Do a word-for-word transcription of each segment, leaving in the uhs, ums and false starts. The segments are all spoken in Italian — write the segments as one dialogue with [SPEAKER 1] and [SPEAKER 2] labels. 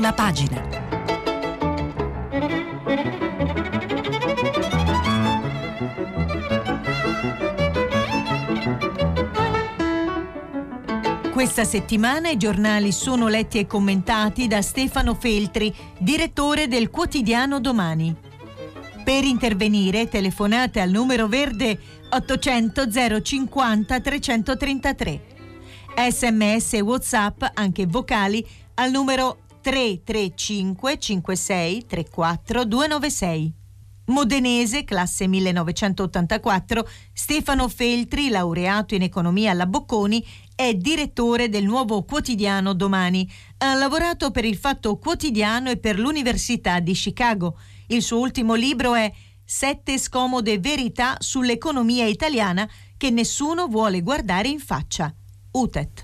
[SPEAKER 1] Prima pagina. Questa settimana i giornali sono letti e commentati da Stefano Feltri, direttore del quotidiano Domani. Per intervenire telefonate al numero verde ottocento zero cinquanta trecentotrentatré. Sms e WhatsApp, anche vocali, al numero tre tre cinque cinque sei tre quattro due nove sei. Modenese, classe millenovecentottantaquattro, Stefano Feltri, laureato in economia alla Bocconi, è direttore del nuovo quotidiano Domani. Ha lavorato per il Fatto Quotidiano e per l'Università di Chicago. Il suo ultimo libro è Sette scomode verità sull'economia italiana che nessuno vuole guardare in faccia. U T E T.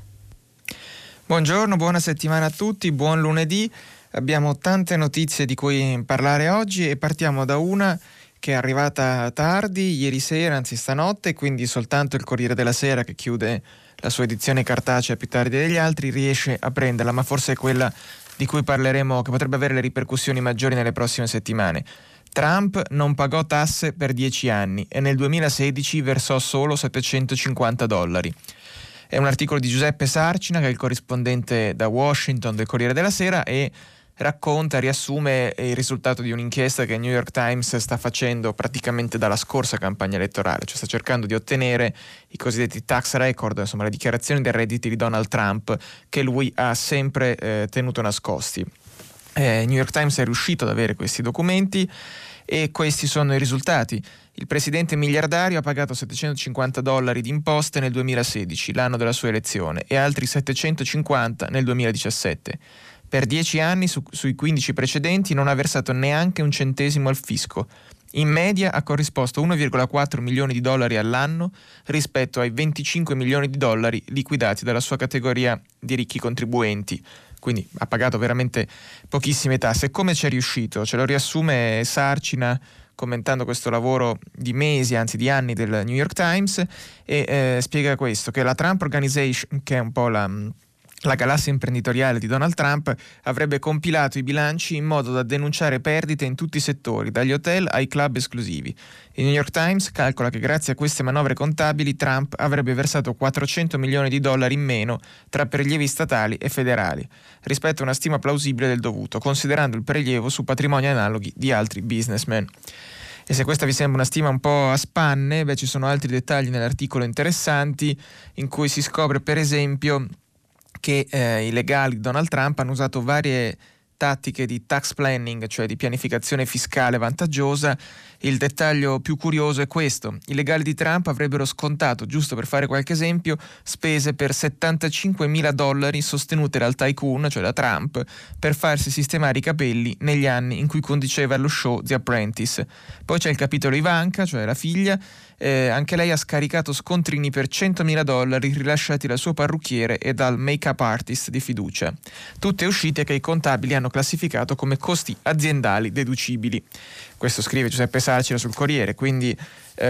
[SPEAKER 2] Buongiorno, buona settimana a tutti, buon lunedì. Abbiamo tante notizie di cui parlare oggi e partiamo da una che è arrivata tardi, ieri sera, anzi stanotte, quindi soltanto il Corriere della Sera, che chiude la sua edizione cartacea più tardi degli altri, riesce a prenderla, ma forse è quella di cui parleremo, che potrebbe avere le ripercussioni maggiori nelle prossime settimane. Trump non pagò tasse per dieci anni e nel duemilasedici versò solo settecentocinquanta dollari. È un articolo di Giuseppe Sarcina, che è il corrispondente da Washington del Corriere della Sera, e racconta, riassume il risultato di un'inchiesta che il New York Times sta facendo praticamente dalla scorsa campagna elettorale, cioè sta cercando di ottenere i cosiddetti tax record, insomma le dichiarazioni dei redditi di Donald Trump che lui ha sempre eh, tenuto nascosti. Eh, il New York Times è riuscito ad avere questi documenti e questi sono i risultati. Il presidente miliardario ha pagato settecentocinquanta dollari di imposte nel duemilasedici, l'anno della sua elezione, e altri settecentocinquanta nel duemiladiciassette. Per dieci anni su, sui quindici precedenti non ha versato neanche un centesimo al fisco. In media ha corrisposto uno virgola quattro milioni di dollari all'anno rispetto ai venticinque milioni di dollari liquidati dalla sua categoria di ricchi contribuenti. Quindi ha pagato veramente pochissime tasse. Come ci è riuscito? Ce lo riassume Sarcina commentando questo lavoro di mesi, anzi di anni del New York Times, e eh, spiega questo, che la Trump Organization, che è un po' la... La galassia imprenditoriale di Donald Trump, avrebbe compilato i bilanci in modo da denunciare perdite in tutti i settori, dagli hotel ai club esclusivi. Il New York Times calcola che grazie a queste manovre contabili Trump avrebbe versato quattrocento milioni di dollari in meno tra prelievi statali e federali, rispetto a una stima plausibile del dovuto, considerando il prelievo su patrimoni analoghi di altri businessmen. E se questa vi sembra una stima un po' a spanne, beh, ci sono altri dettagli nell'articolo interessanti, in cui si scopre per esempio che eh, i legali di Donald Trump hanno usato varie tattiche di tax planning, cioè di pianificazione fiscale vantaggiosa. Il dettaglio più curioso è questo: i legali di Trump avrebbero scontato, giusto per fare qualche esempio, spese per settantacinquemila dollari sostenute dal tycoon, cioè da Trump, per farsi sistemare i capelli negli anni in cui conduceva lo show The Apprentice. Poi c'è il capitolo Ivanka, cioè la figlia. Eh, anche lei ha scaricato scontrini per centomila dollari rilasciati dal suo parrucchiere e dal make-up artist di fiducia. Tutte uscite che i contabili hanno classificato come costi aziendali deducibili. Questo scrive Giuseppe Sarcina sul Corriere, quindi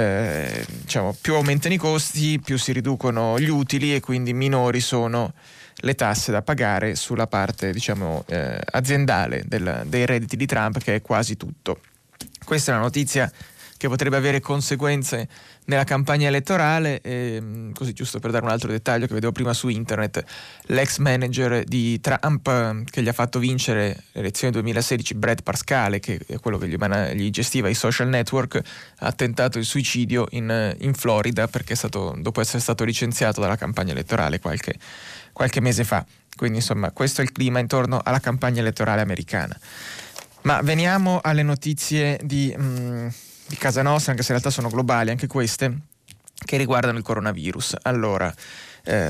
[SPEAKER 2] eh, diciamo, più aumentano i costi, più si riducono gli utili e quindi minori sono le tasse da pagare sulla parte, diciamo, eh, aziendale del, dei redditi di Trump, che è quasi tutto. Questa è una notizia che potrebbe avere conseguenze nella campagna elettorale. E, così, giusto per dare un altro dettaglio che vedevo prima su internet, l'ex manager di Trump che gli ha fatto vincere le elezioni duemilasedici, Brad Parscale, che è quello che gli, gli gestiva i social network, ha tentato il suicidio in, in Florida perché è stato, dopo essere stato licenziato dalla campagna elettorale qualche, qualche mese fa. Quindi insomma questo è il clima intorno alla campagna elettorale americana. Ma veniamo alle notizie di... Mh, di casa nostra, anche se in realtà sono globali anche queste, che riguardano il coronavirus. Allora, eh,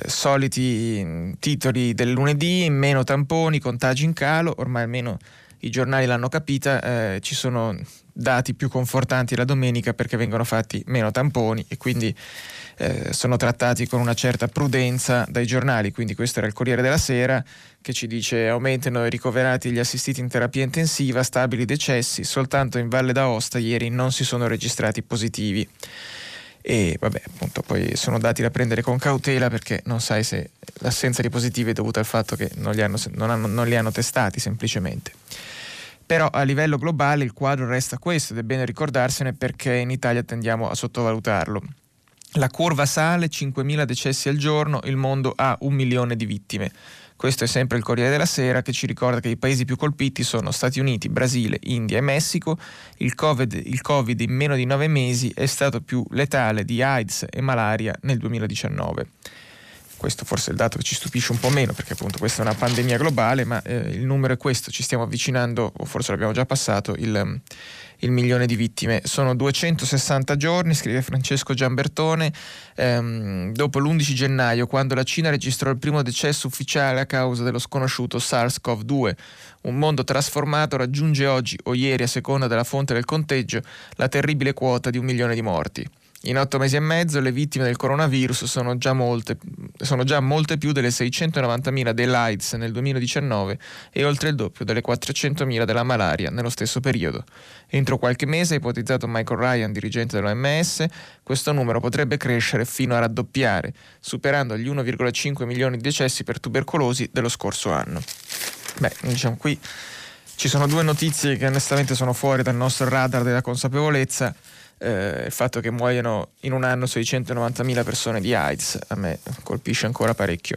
[SPEAKER 2] soliti titoli del lunedì: meno tamponi, contagi in calo. Ormai almeno i giornali l'hanno capita, eh, ci sono dati più confortanti la domenica perché vengono fatti meno tamponi e quindi eh, sono trattati con una certa prudenza dai giornali. Quindi questo era il Corriere della Sera, che ci dice: aumentano i ricoverati e gli assistiti in terapia intensiva, stabili i decessi, soltanto in Valle d'Aosta ieri non si sono registrati positivi. E vabbè, appunto, poi sono dati da prendere con cautela, perché non sai se l'assenza di positivi è dovuta al fatto che non li hanno, non hanno, non li hanno testati semplicemente. Però a livello globale il quadro resta questo, ed è bene ricordarsene, perché in Italia tendiamo a sottovalutarlo. La curva sale, cinquemila decessi al giorno, il mondo ha un milione di vittime. Questo è sempre il Corriere della Sera, che ci ricorda che i paesi più colpiti sono Stati Uniti, Brasile, India e Messico. Il Covid, il Covid in meno di nove mesi è stato più letale di AIDS e malaria nel duemiladiciannove. Questo forse è il dato che ci stupisce un po' meno, perché appunto questa è una pandemia globale, ma eh, il numero è questo, ci stiamo avvicinando, o forse l'abbiamo già passato, il, il milione di vittime. Sono duecentosessanta giorni, scrive Francesco Giambertone, ehm, dopo l'undici gennaio, quando la Cina registrò il primo decesso ufficiale a causa dello sconosciuto SARS-CoV due. Un mondo trasformato raggiunge oggi o ieri, a seconda della fonte del conteggio, la terribile quota di un milione di morti. In otto mesi e mezzo le vittime del coronavirus sono già molte, sono già molte più delle seicentonovantamila dell'AIDS nel duemiladiciannove e oltre il doppio delle quattrocentomila della malaria nello stesso periodo. Entro qualche mese, ha ipotizzato Michael Ryan, dirigente dell'O M S, questo numero potrebbe crescere fino a raddoppiare, superando gli uno virgola cinque milioni di decessi per tubercolosi dello scorso anno. Beh, diciamo qui ci sono due notizie che onestamente sono fuori dal nostro radar della consapevolezza. Eh, il fatto che muoiano in un anno seicentonovantamila persone di AIDS a me colpisce ancora parecchio.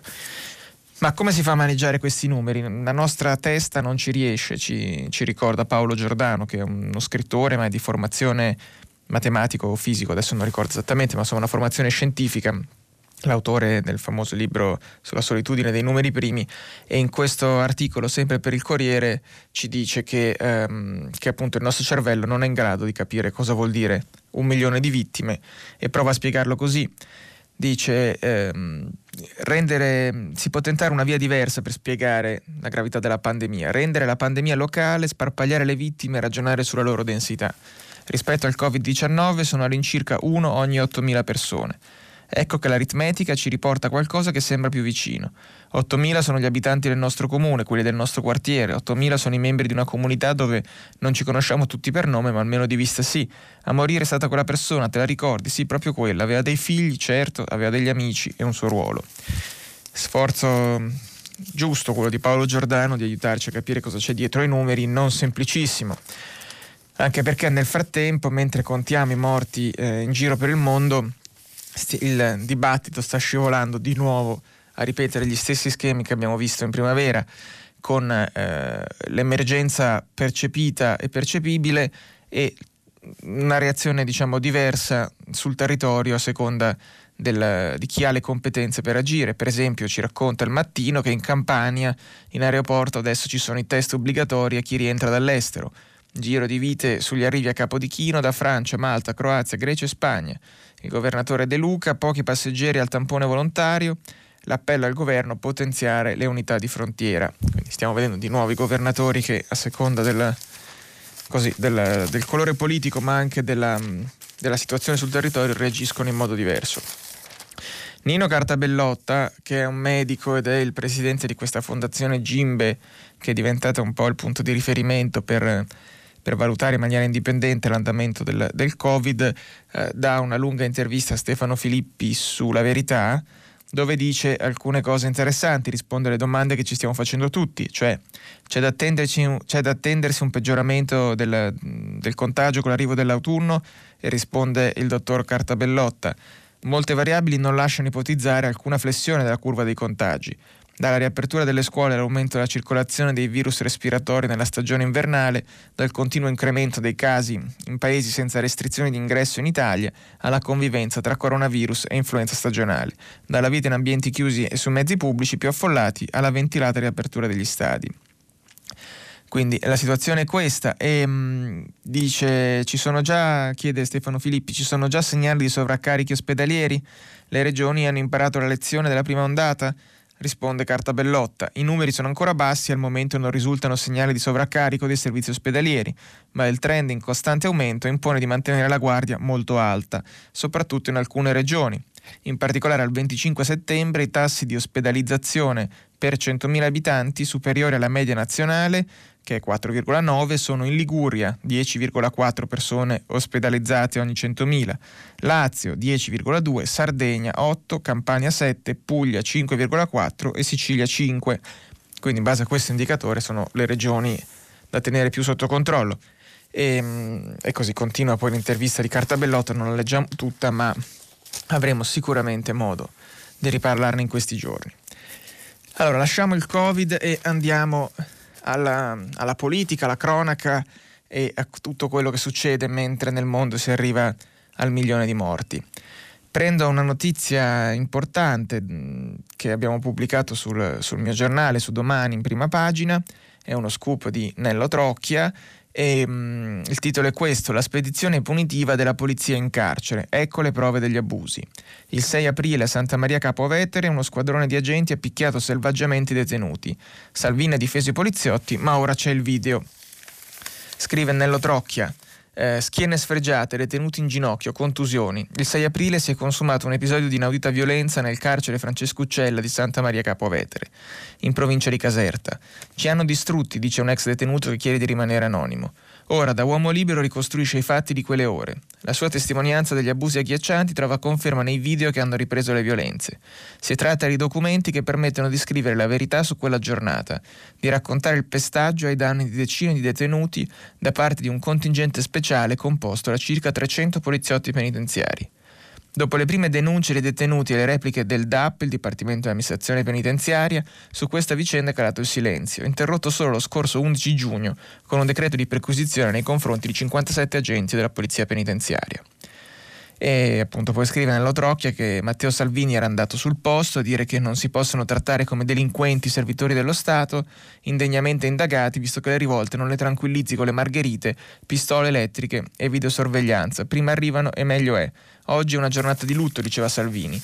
[SPEAKER 2] Ma come si fa a maneggiare questi numeri? La nostra testa non ci riesce, ci, ci ricorda Paolo Giordano, che è uno scrittore ma è di formazione matematico o fisico, adesso non ricordo esattamente, ma insomma una formazione scientifica, l'autore del famoso libro sulla solitudine dei numeri primi, e in questo articolo, sempre per il Corriere, ci dice che, ehm, che appunto il nostro cervello non è in grado di capire cosa vuol dire un milione di vittime, e prova a spiegarlo così. Dice ehm, rendere, si può tentare una via diversa per spiegare la gravità della pandemia: rendere la pandemia locale, sparpagliare le vittime e ragionare sulla loro densità. Rispetto al covid diciannove sono all'incirca uno ogni ottomila persone. Ecco che l'aritmetica ci riporta qualcosa che sembra più vicino. ottomila sono gli abitanti del nostro comune, quelli del nostro quartiere. ottomila sono i membri di una comunità dove non ci conosciamo tutti per nome, ma almeno di vista sì. A morire è stata quella persona, te la ricordi? Sì, proprio quella. Aveva dei figli, certo, aveva degli amici e un suo ruolo. Sforzo giusto quello di Paolo Giordano di aiutarci a capire cosa c'è dietro ai numeri, non semplicissimo. Anche perché nel frattempo, mentre contiamo i morti eh, in giro per il mondo, il dibattito sta scivolando di nuovo a ripetere gli stessi schemi che abbiamo visto in primavera, con eh, l'emergenza percepita e percepibile e una reazione diciamo diversa sul territorio a seconda del, di chi ha le competenze per agire. Per esempio ci racconta Il Mattino che in Campania, in aeroporto, adesso ci sono i test obbligatori a chi rientra dall'estero. Giro di vite sugli arrivi a Capodichino da Francia, Malta, Croazia, Grecia e Spagna. Il governatore De Luca, pochi passeggeri al tampone volontario, l'appello al governo: potenziare le unità di frontiera. Quindi stiamo vedendo di nuovo i governatori che a seconda del, così, del, del colore politico ma anche della, della situazione sul territorio reagiscono in modo diverso. Nino Cartabellotta, che è un medico ed è il presidente di questa fondazione Gimbe, che è diventata un po' il punto di riferimento per... per valutare in maniera indipendente l'andamento del, del Covid, eh, dà una lunga intervista a Stefano Filippi su La Verità, dove dice alcune cose interessanti, risponde alle domande che ci stiamo facendo tutti, cioè c'è da attenderci, c'è da attendersi un peggioramento del, del contagio con l'arrivo dell'autunno, e risponde il dottor Cartabellotta: molte variabili non lasciano ipotizzare alcuna flessione della curva dei contagi. Dalla riapertura delle scuole all'aumento della circolazione dei virus respiratori nella stagione invernale, dal continuo incremento dei casi in paesi senza restrizioni di ingresso in Italia, alla convivenza tra coronavirus e influenza stagionale, dalla vita in ambienti chiusi e su mezzi pubblici più affollati alla ventilata riapertura degli stadi. Quindi la situazione è questa e mh, dice, ci sono già, chiede Stefano Filippi, ci sono già segnali di sovraccarichi ospedalieri? Le regioni hanno imparato la lezione della prima ondata? Risponde Cartabellotta: i numeri sono ancora bassi, al momento non risultano segnali di sovraccarico dei servizi ospedalieri, ma il trend in costante aumento impone di mantenere la guardia molto alta, soprattutto in alcune regioni. In particolare al venticinque settembre i tassi di ospedalizzazione per centomila abitanti superiore alla media nazionale, che è quattro virgola nove, sono in Liguria dieci virgola quattro persone ospedalizzate ogni centomila, Lazio dieci virgola due, Sardegna otto, Campania sette, Puglia cinque virgola quattro e Sicilia cinque. Quindi in base a questo indicatore sono le regioni da tenere più sotto controllo. E, e così continua poi l'intervista di Cartabellotto, non la leggiamo tutta, ma avremo sicuramente modo di riparlarne in questi giorni. Allora, lasciamo il Covid e andiamo alla, alla politica, alla cronaca e a tutto quello che succede mentre nel mondo si arriva al milione di morti. Prendo una notizia importante che abbiamo pubblicato sul, sul mio giornale, su Domani, in prima pagina. È uno scoop di Nello Trocchia e um, il titolo è questo: la spedizione punitiva della polizia in carcere, ecco le prove degli abusi. Il sei aprile a Santa Maria Capua Vetere uno squadrone di agenti ha picchiato selvaggiamente i detenuti. Salvini ha difeso i poliziotti, ma ora c'è il video. Scrive Nello Trocchia: Eh, schiene sfregiate, detenuti in ginocchio, contusioni. Il sei aprile si è consumato un episodio di inaudita violenza nel carcere Francesco Uccella di Santa Maria Capua Vetere, in provincia di Caserta. Ci hanno distrutti, dice un ex detenuto che chiede di rimanere anonimo. Ora, da uomo libero, ricostruisce i fatti di quelle ore. La sua testimonianza degli abusi agghiaccianti trova conferma nei video che hanno ripreso le violenze. Si tratta di documenti che permettono di scrivere la verità su quella giornata, di raccontare il pestaggio ai danni di decine di detenuti da parte di un contingente speciale composto da circa trecento poliziotti penitenziari. Dopo le prime denunce dei detenuti e le repliche del D A P, il Dipartimento di Amministrazione Penitenziaria, su questa vicenda è calato il silenzio, interrotto solo lo scorso undici giugno con un decreto di perquisizione nei confronti di cinquantasette agenti della Polizia Penitenziaria. E appunto poi scrive Nello Trocchia che Matteo Salvini era andato sul posto a dire che non si possono trattare come delinquenti servitori dello Stato, indegnamente indagati, visto che le rivolte non le tranquillizzi con le margherite, pistole elettriche e videosorveglianza. Prima arrivano e meglio è. Oggi è una giornata di lutto, diceva Salvini.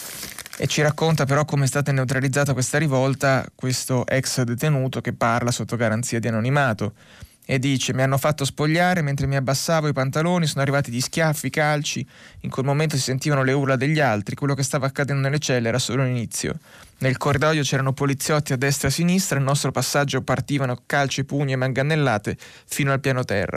[SPEAKER 2] E ci racconta però come è stata neutralizzata questa rivolta questo ex detenuto che parla sotto garanzia di anonimato. E dice: mi hanno fatto spogliare mentre mi abbassavo i pantaloni, sono arrivati gli schiaffi, i calci, in quel momento si sentivano le urla degli altri, quello che stava accadendo nelle celle era solo l'inizio. Nel corridoio c'erano poliziotti a destra e a sinistra, al nostro passaggio partivano calci, pugni e manganellate fino al piano terra.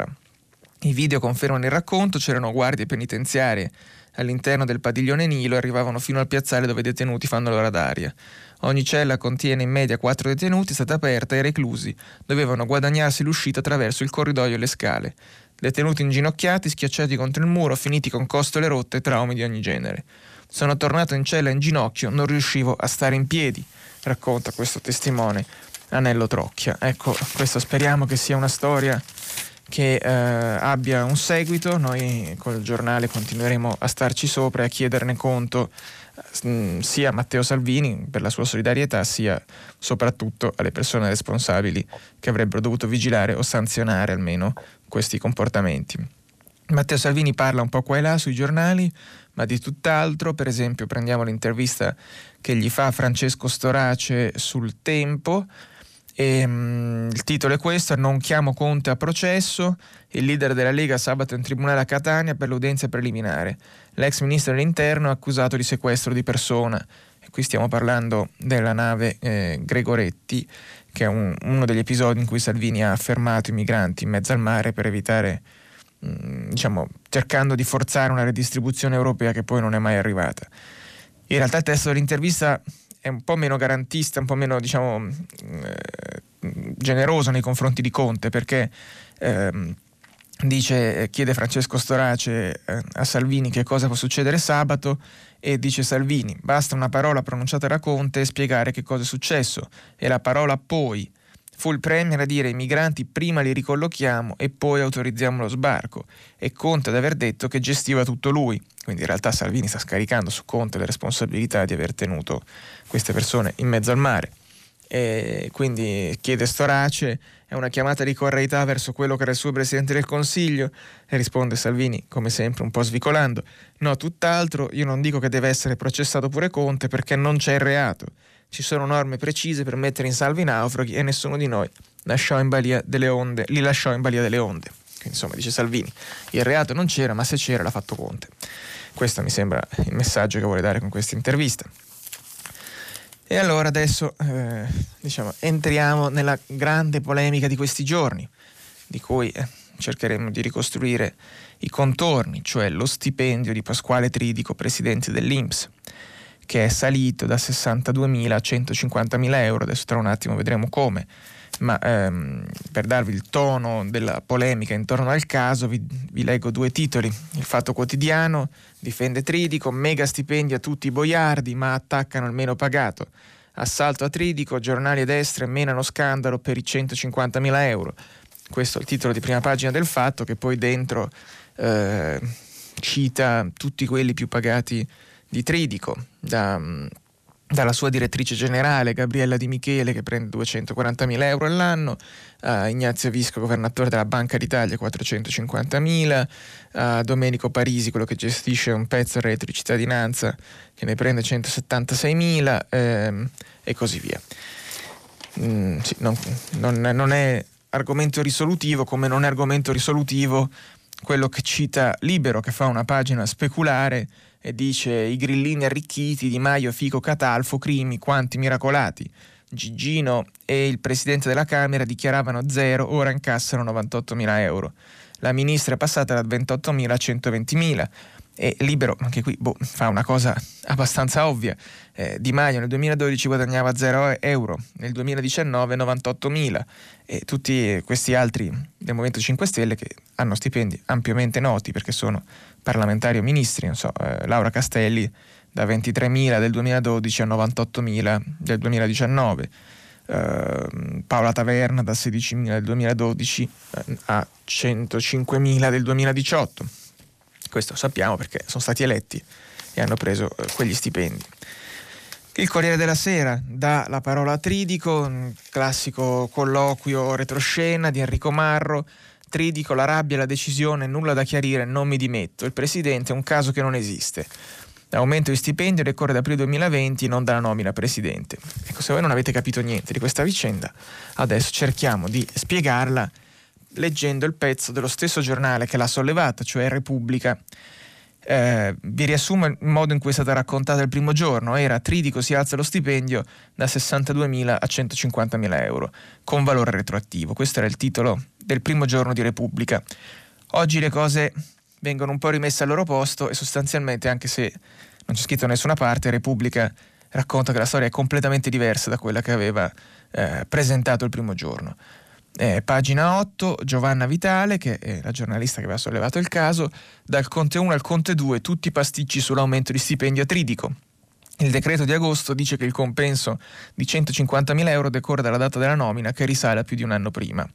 [SPEAKER 2] I video confermano il racconto, c'erano guardie penitenziarie all'interno del padiglione Nilo e arrivavano fino al piazzale dove i detenuti fanno l'ora d'aria. Ogni cella contiene in media quattro detenuti, è stata aperta e i reclusi dovevano guadagnarsi l'uscita attraverso il corridoio e le scale. Detenuti inginocchiati, schiacciati contro il muro, finiti con costole rotte e traumi di ogni genere. Sono tornato in cella in ginocchio, non riuscivo a stare in piedi, racconta questo testimone a Nello Trocchia. Ecco, questo speriamo che sia una storia che eh, abbia un seguito. Noi col giornale continueremo a starci sopra e a chiederne conto mh, sia a Matteo Salvini per la sua solidarietà, sia soprattutto alle persone responsabili che avrebbero dovuto vigilare o sanzionare almeno questi comportamenti. Matteo Salvini parla un po' qua e là sui giornali, ma di tutt'altro. Per esempio prendiamo l'intervista che gli fa Francesco Storace sul Tempo. E, um, il titolo è questo: non chiamo Conte a processo, il leader della Lega sabato in tribunale a Catania per l'udienza preliminare, l'ex ministro dell'interno è accusato di sequestro di persona, e qui stiamo parlando della nave eh, Gregoretti, che è un, uno degli episodi in cui Salvini ha fermato i migranti in mezzo al mare per evitare, mh, diciamo, cercando di forzare una redistribuzione europea che poi non è mai arrivata. In realtà il testo dell'intervista è un po' meno garantista, un po' meno, diciamo, eh, generoso nei confronti di Conte, perché eh, dice, chiede Francesco Storace eh, a Salvini che cosa può succedere sabato, e dice Salvini: basta una parola pronunciata da Conte e spiegare che cosa è successo, e la parola poi. Fu il premier a dire: i migranti prima li ricollochiamo e poi autorizziamo lo sbarco, e Conte ad aver detto che gestiva tutto lui. Quindi in realtà Salvini sta scaricando su Conte le responsabilità di aver tenuto queste persone in mezzo al mare. E quindi chiede Storace: è una chiamata di correità verso quello che era il suo Presidente del Consiglio? E risponde Salvini, come sempre un po' svicolando: no, tutt'altro, io non dico che deve essere processato pure Conte, perché non c'è il reato. Ci sono norme precise per mettere in salvo i naufraghi e nessuno di noi lasciò in balia delle onde, li lasciò in balia delle onde. Quindi, insomma, dice Salvini, il reato non c'era, ma se c'era l'ha fatto Conte. Questo mi sembra il messaggio che vuole dare con questa intervista. E allora adesso eh, diciamo, entriamo nella grande polemica di questi giorni, di cui eh, cercheremo di ricostruire i contorni, cioè lo stipendio di Pasquale Tridico, presidente dell'I N P S, che è salito da sessantaduemila a centocinquantamila euro. Adesso tra un attimo vedremo come, ma ehm, per darvi il tono della polemica intorno al caso vi, vi leggo due titoli. Il Fatto Quotidiano difende Tridico, mega stipendio a tutti i boiardi ma attaccano il meno pagato. Assalto a Tridico, giornali e destre menano scandalo per i centocinquantamila euro. Questo è il titolo di prima pagina del Fatto, che poi dentro eh, cita tutti quelli più pagati di Tridico, da, dalla sua direttrice generale Gabriella Di Michele, che prende duecentoquarantamila euro all'anno, a Ignazio Visco, governatore della Banca d'Italia, quattrocentocinquantamila, a Domenico Parisi, quello che gestisce un pezzo del reddito di cittadinanza, che ne prende centosettantaseimila, ehm, e così via. Mm, sì, non, non, non è argomento risolutivo, come non è argomento risolutivo quello che cita Libero, che fa una pagina speculare e dice: i grillini arricchiti, Di Maio, Fico, Catalfo, Crimi, quanti miracolati. Gigino e il presidente della Camera dichiaravano zero, ora incassano novantottomila euro. La ministra è passata da ventottomila a centoventimila. E Libero, anche qui, boh, fa una cosa abbastanza ovvia. Eh, Di Maio nel duemiladodici guadagnava zero euro, nel duemiladiciannove novantottomila, e tutti questi altri del Movimento cinque Stelle che hanno stipendi ampiamente noti perché sono parlamentari o ministri, non so, eh, Laura Castelli da ventitremila del duemiladodici a novantottomila del duemiladiciannove, eh, Paola Taverna da sedicimila del duemiladodici a centocinquemila del duemiladiciotto. Questo sappiamo perché sono stati eletti e hanno preso eh, quegli stipendi. Il Corriere della Sera dà la parola a Tridico, un classico colloquio retroscena di Enrico Marro. Tridico, la rabbia, la decisione, nulla da chiarire, non mi dimetto. Il presidente è un caso che non esiste. L'aumento di stipendio decorre da aprile duemilaventi, non dalla nomina presidente. Ecco, se voi non avete capito niente di questa vicenda, adesso cerchiamo di spiegarla leggendo il pezzo dello stesso giornale che l'ha sollevata, cioè Repubblica. Eh, vi riassumo il modo in cui è stata raccontata il primo giorno. Era: Tridico si alza lo stipendio da sessantaduemila a centocinquantamila euro con valore retroattivo. Questo era il titolo del primo giorno di Repubblica. Oggi le cose vengono un po' rimesse al loro posto e sostanzialmente, anche se non c'è scritto da nessuna parte, Repubblica racconta che la storia è completamente diversa da quella che aveva eh, presentato il primo giorno. Eh, pagina otto, Giovanna Vitale, che è la giornalista che aveva sollevato il caso: dal Conte uno al Conte due tutti i pasticci sull'aumento di stipendio a Tridico. Il decreto di agosto dice che il compenso di centocinquantamila euro decorre dalla data della nomina, che risale a più di un anno prima.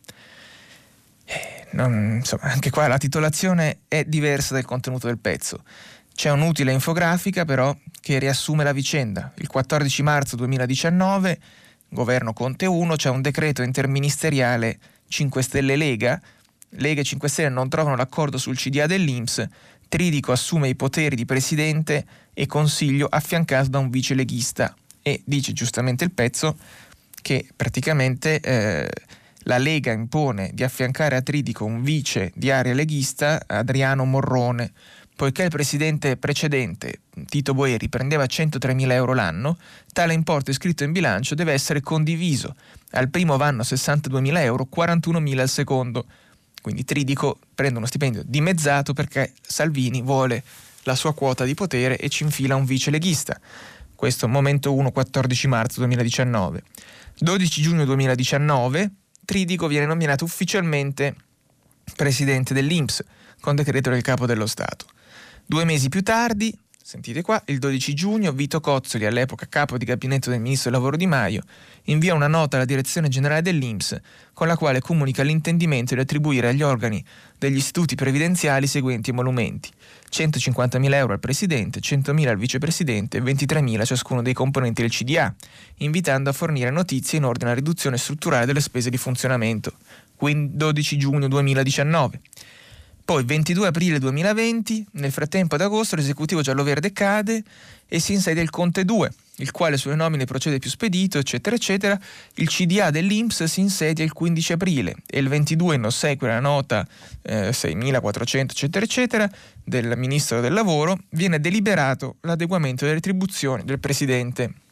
[SPEAKER 2] Eh, non, insomma, anche qua la titolazione è diversa dal contenuto del pezzo. C'è un'utile infografica però che riassume la vicenda. Il quattordici marzo duemiladiciannove, governo Conte uno, c'è un decreto interministeriale cinque Stelle Lega. Lega e cinque Stelle non trovano l'accordo sul C D A dell'I N P S. Tridico assume i poteri di presidente e consiglio affiancato da un vice leghista, e dice giustamente il pezzo che praticamente eh, la Lega impone di affiancare a Tridico un vice di area leghista, Adriano Morrone. Poiché il presidente precedente, Tito Boeri, prendeva centotremila euro l'anno, tale importo iscritto in bilancio deve essere condiviso. Al primo vanno sessantaduemila euro, quarantunomila al secondo. Quindi Tridico prende uno stipendio dimezzato perché Salvini vuole la sua quota di potere e ci infila un vice leghista. Questo momento uno, quattordici marzo duemiladiciannove. dodici giugno duemiladiciannove, Tridico viene nominato ufficialmente presidente dell'I N P S con decreto del Capo dello Stato. Due mesi più tardi, sentite qua, il dodici giugno, Vito Cozzoli, all'epoca capo di gabinetto del ministro del lavoro Di Maio, invia una nota alla direzione generale dell'I N P S con la quale comunica l'intendimento di attribuire agli organi degli istituti previdenziali i seguenti emolumenti: centocinquantamila euro al presidente, centomila al vicepresidente e ventitremila a ciascuno dei componenti del C D A, invitando a fornire notizie in ordine alla riduzione strutturale delle spese di funzionamento. Quindi dodici giugno duemiladiciannove. Poi ventidue aprile duemilaventi, nel frattempo ad agosto l'esecutivo giallo-verde cade e si insedia il Conte due, il quale sulle nomine procede più spedito, eccetera eccetera. Il C D A dell'I N P S si insedia il quindici aprile e il ventidue, in ossequio alla nota eh, seimilaquattrocento eccetera eccetera del ministro del lavoro, viene deliberato l'adeguamento delle retribuzioni del presidente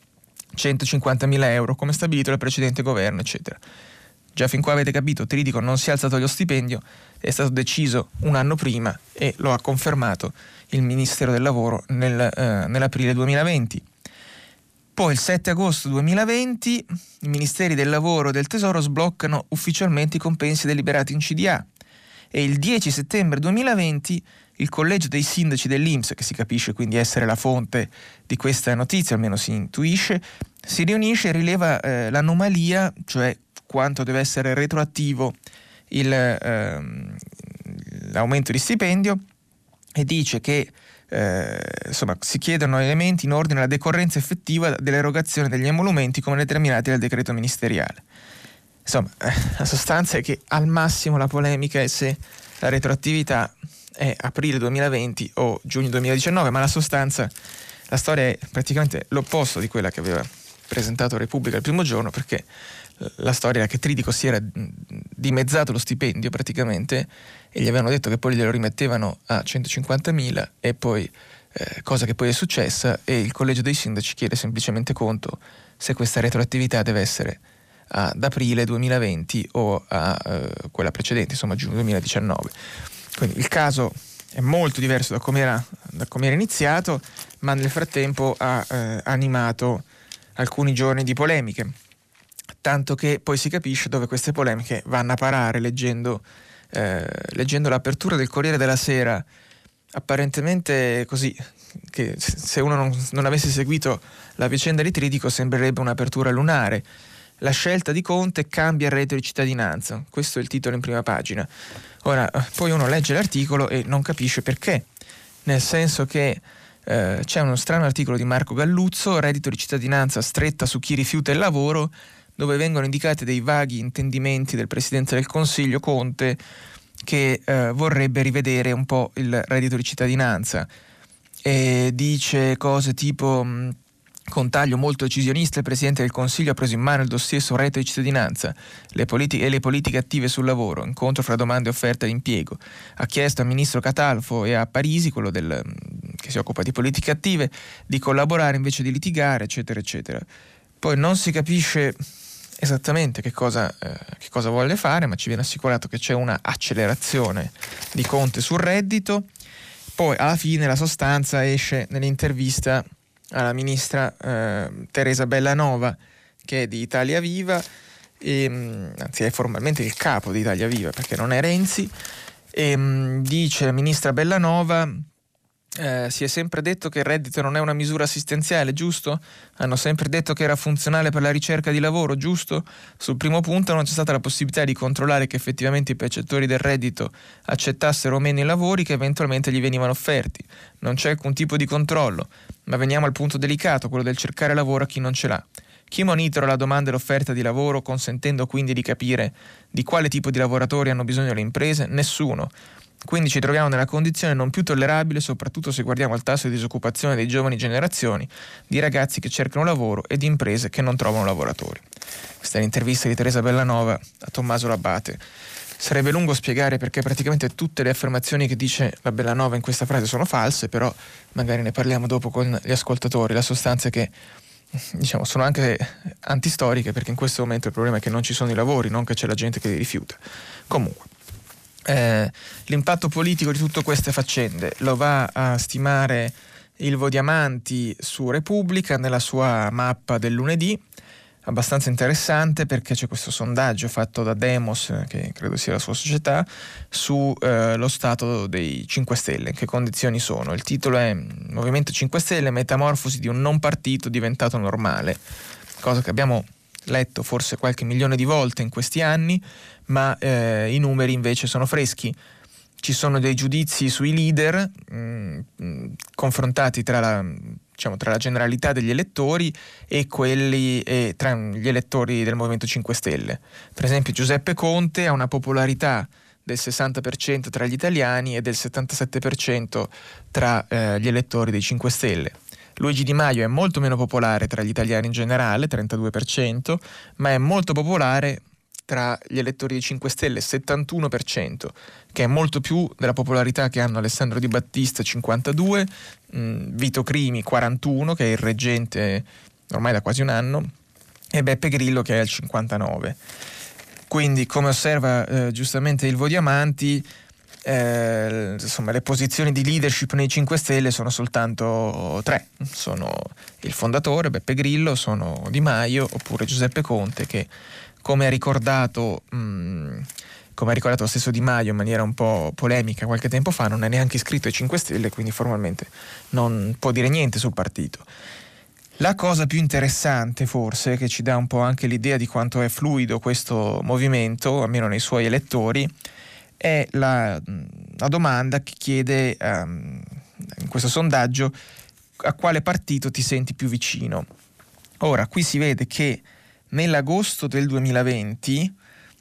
[SPEAKER 2] centocinquantamila euro come stabilito dal precedente governo, eccetera. Già fin qua avete capito, Tridico non si è alzato lo stipendio, è stato deciso un anno prima e lo ha confermato il Ministero del Lavoro nel, eh, nell'aprile duemilaventi. Poi il sette agosto duemilaventi i Ministeri del Lavoro e del Tesoro sbloccano ufficialmente i compensi deliberati in C D A e il dieci settembre duemilaventi il collegio dei sindaci dell'I N P S, che si capisce quindi essere la fonte di questa notizia, almeno si intuisce, si riunisce e rileva eh, l'anomalia, cioè quanto deve essere retroattivo il, ehm, l'aumento di stipendio, e dice che eh, insomma, si chiedono elementi in ordine alla decorrenza effettiva dell'erogazione degli emolumenti come determinati dal decreto ministeriale. Insomma, eh, la sostanza è che al massimo la polemica è se la retroattività è aprile duemilaventi o giugno duemiladiciannove, ma la sostanza, la storia è praticamente l'opposto di quella che aveva presentato Repubblica il primo giorno, perché la storia era che Tridico si era dimezzato lo stipendio praticamente e gli avevano detto che poi glielo rimettevano a centocinquantamila e poi eh, cosa che poi è successa, e il collegio dei sindaci chiede semplicemente conto se questa retroattività deve essere ad aprile duemilaventi o a eh, quella precedente, insomma giugno duemiladiciannove. Quindi il caso è molto diverso da come era, da come era iniziato, ma nel frattempo ha eh, animato alcuni giorni di polemiche, tanto che poi si capisce dove queste polemiche vanno a parare leggendo, eh, leggendo l'apertura del Corriere della Sera, apparentemente così, che se uno non, non avesse seguito la vicenda di Tridico sembrerebbe un'apertura lunare. La scelta di Conte cambia il reddito di cittadinanza, questo è il titolo in prima pagina. Ora, poi uno legge l'articolo e non capisce perché, nel senso che eh, c'è uno strano articolo di Marco Galluzzo, reddito di cittadinanza stretta su chi rifiuta il lavoro, dove vengono indicati dei vaghi intendimenti del Presidente del Consiglio Conte, che eh, vorrebbe rivedere un po' il reddito di cittadinanza, e dice cose tipo: mh, con taglio molto decisionista il Presidente del Consiglio ha preso in mano il dossier sul reddito di cittadinanza le politiche, e le politiche attive sul lavoro, incontro fra domande e offerta di impiego. Ha chiesto al Ministro Catalfo e a Parisi, quello del, che si occupa di politiche attive, di collaborare invece di litigare, eccetera eccetera. Poi non si capisce esattamente che cosa, eh, che cosa vuole fare, ma ci viene assicurato che c'è una accelerazione di Conte sul reddito. Poi alla fine la sostanza esce nell'intervista alla ministra eh, Teresa Bellanova, che è di Italia Viva, e, anzi è formalmente il capo di Italia Viva perché non è Renzi, e mh, dice la ministra Bellanova: Eh, si è sempre detto che il reddito non è una misura assistenziale, giusto? Hanno sempre detto che era funzionale per la ricerca di lavoro, giusto? Sul primo punto non c'è stata la possibilità di controllare che effettivamente i percettori del reddito accettassero o meno i lavori che eventualmente gli venivano offerti. Non c'è alcun tipo di controllo, ma veniamo al punto delicato, quello del cercare lavoro a chi non ce l'ha. Chi monitora la domanda e l'offerta di lavoro, consentendo quindi di capire di quale tipo di lavoratori hanno bisogno le imprese? Nessuno. Quindi ci troviamo nella condizione non più tollerabile, soprattutto se guardiamo al tasso di disoccupazione dei giovani generazioni, di ragazzi che cercano lavoro e di imprese che non trovano lavoratori. Questa è l'intervista di Teresa Bellanova a Tommaso Labbate. Sarebbe lungo spiegare perché praticamente tutte le affermazioni che dice la Bellanova in questa frase sono false, però magari ne parliamo dopo con gli ascoltatori. La sostanza è che, diciamo, sono anche antistoriche, perché in questo momento il problema è che non ci sono i lavori, non che c'è la gente che li rifiuta. Comunque, Eh, l'impatto politico di tutte queste faccende lo va a stimare Ilvo Diamanti su Repubblica nella sua mappa del lunedì, abbastanza interessante perché c'è questo sondaggio fatto da Demos, che credo sia la sua società, su eh, lo stato dei cinque Stelle, in che condizioni sono. Il titolo è Movimento cinque Stelle, metamorfosi di un non partito diventato normale, cosa che abbiamo letto forse qualche milione di volte in questi anni, ma eh, i numeri invece sono freschi. Ci sono dei giudizi sui leader mh, mh, confrontati tra la, diciamo, tra la generalità degli elettori e quelli e tra gli elettori del Movimento cinque Stelle. Per esempio Giuseppe Conte ha una popolarità del sessanta per cento tra gli italiani e del settantasette per cento tra eh, gli elettori dei cinque Stelle. Luigi Di Maio è molto meno popolare tra gli italiani in generale, trentadue per cento, ma è molto popolare tra gli elettori dei cinque Stelle, settantuno per cento, che è molto più della popolarità che hanno Alessandro Di Battista, cinquantadue, mh, Vito Crimi, quarantuno, che è il reggente ormai da quasi un anno, e Beppe Grillo che è al cinquantanove. Quindi, come osserva eh, giustamente Ilvo Diamanti, eh, insomma, le posizioni di leadership nei cinque Stelle sono soltanto tre. Sono il fondatore, Beppe Grillo, sono Di Maio oppure Giuseppe Conte, che come ha ricordato mh, come ha ricordato lo stesso Di Maio in maniera un po' polemica qualche tempo fa, non è neanche iscritto ai cinque Stelle, quindi formalmente non può dire niente sul partito. La cosa più interessante, forse, che ci dà un po' anche l'idea di quanto è fluido questo movimento, almeno nei suoi elettori, è la, la domanda che chiede um, in questo sondaggio: a quale partito ti senti più vicino? Ora, qui si vede che nell'agosto del duemilaventi,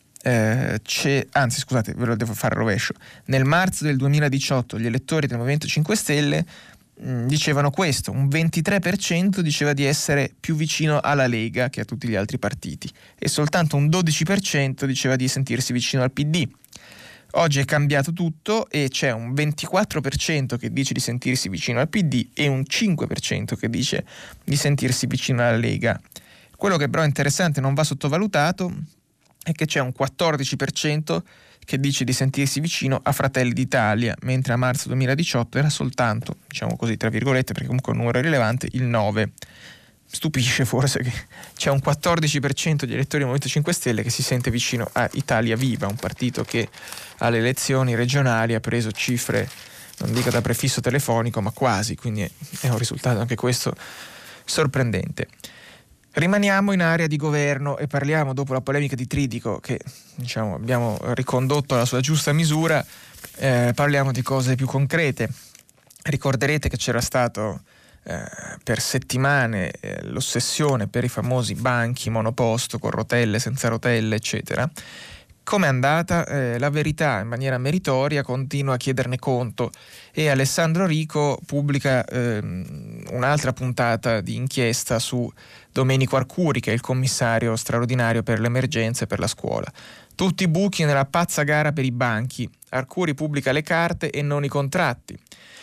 [SPEAKER 2] eh, c'è, anzi scusate, ve lo devo fare a rovescio, nel marzo del duemiladiciotto gli elettori del Movimento cinque Stelle dicevano questo: un ventitré per cento diceva di essere più vicino alla Lega che a tutti gli altri partiti e soltanto un dodici per cento diceva di sentirsi vicino al P D. Oggi è cambiato tutto e c'è un ventiquattro per cento che dice di sentirsi vicino al P D e un cinque per cento che dice di sentirsi vicino alla Lega. Quello che però è interessante, non va sottovalutato, è che c'è un quattordici per cento che dice di sentirsi vicino a Fratelli d'Italia, mentre a marzo duemiladiciotto era soltanto, diciamo così, tra virgolette, perché comunque è un numero rilevante, il nove. Stupisce forse che c'è un quattordici per cento di elettori del Movimento cinque Stelle che si sente vicino a Italia Viva, un partito che alle elezioni regionali ha preso cifre, non dico da prefisso telefonico, ma quasi, quindi è, è un risultato anche questo sorprendente. Rimaniamo in area di governo e parliamo, dopo la polemica di Tridico, che diciamo abbiamo ricondotto alla sua giusta misura, eh, parliamo di cose più concrete. Ricorderete che c'era stato eh, per settimane eh, l'ossessione per i famosi banchi monoposto, con rotelle, senza rotelle, eccetera. Come è andata? Eh, la Verità, in maniera meritoria, continua a chiederne conto e Alessandro Rico pubblica ehm, un'altra puntata di inchiesta su Domenico Arcuri, che è il commissario straordinario per le emergenze per la scuola. Tutti i buchi nella pazza gara per i banchi. Arcuri pubblica le carte e non i contratti.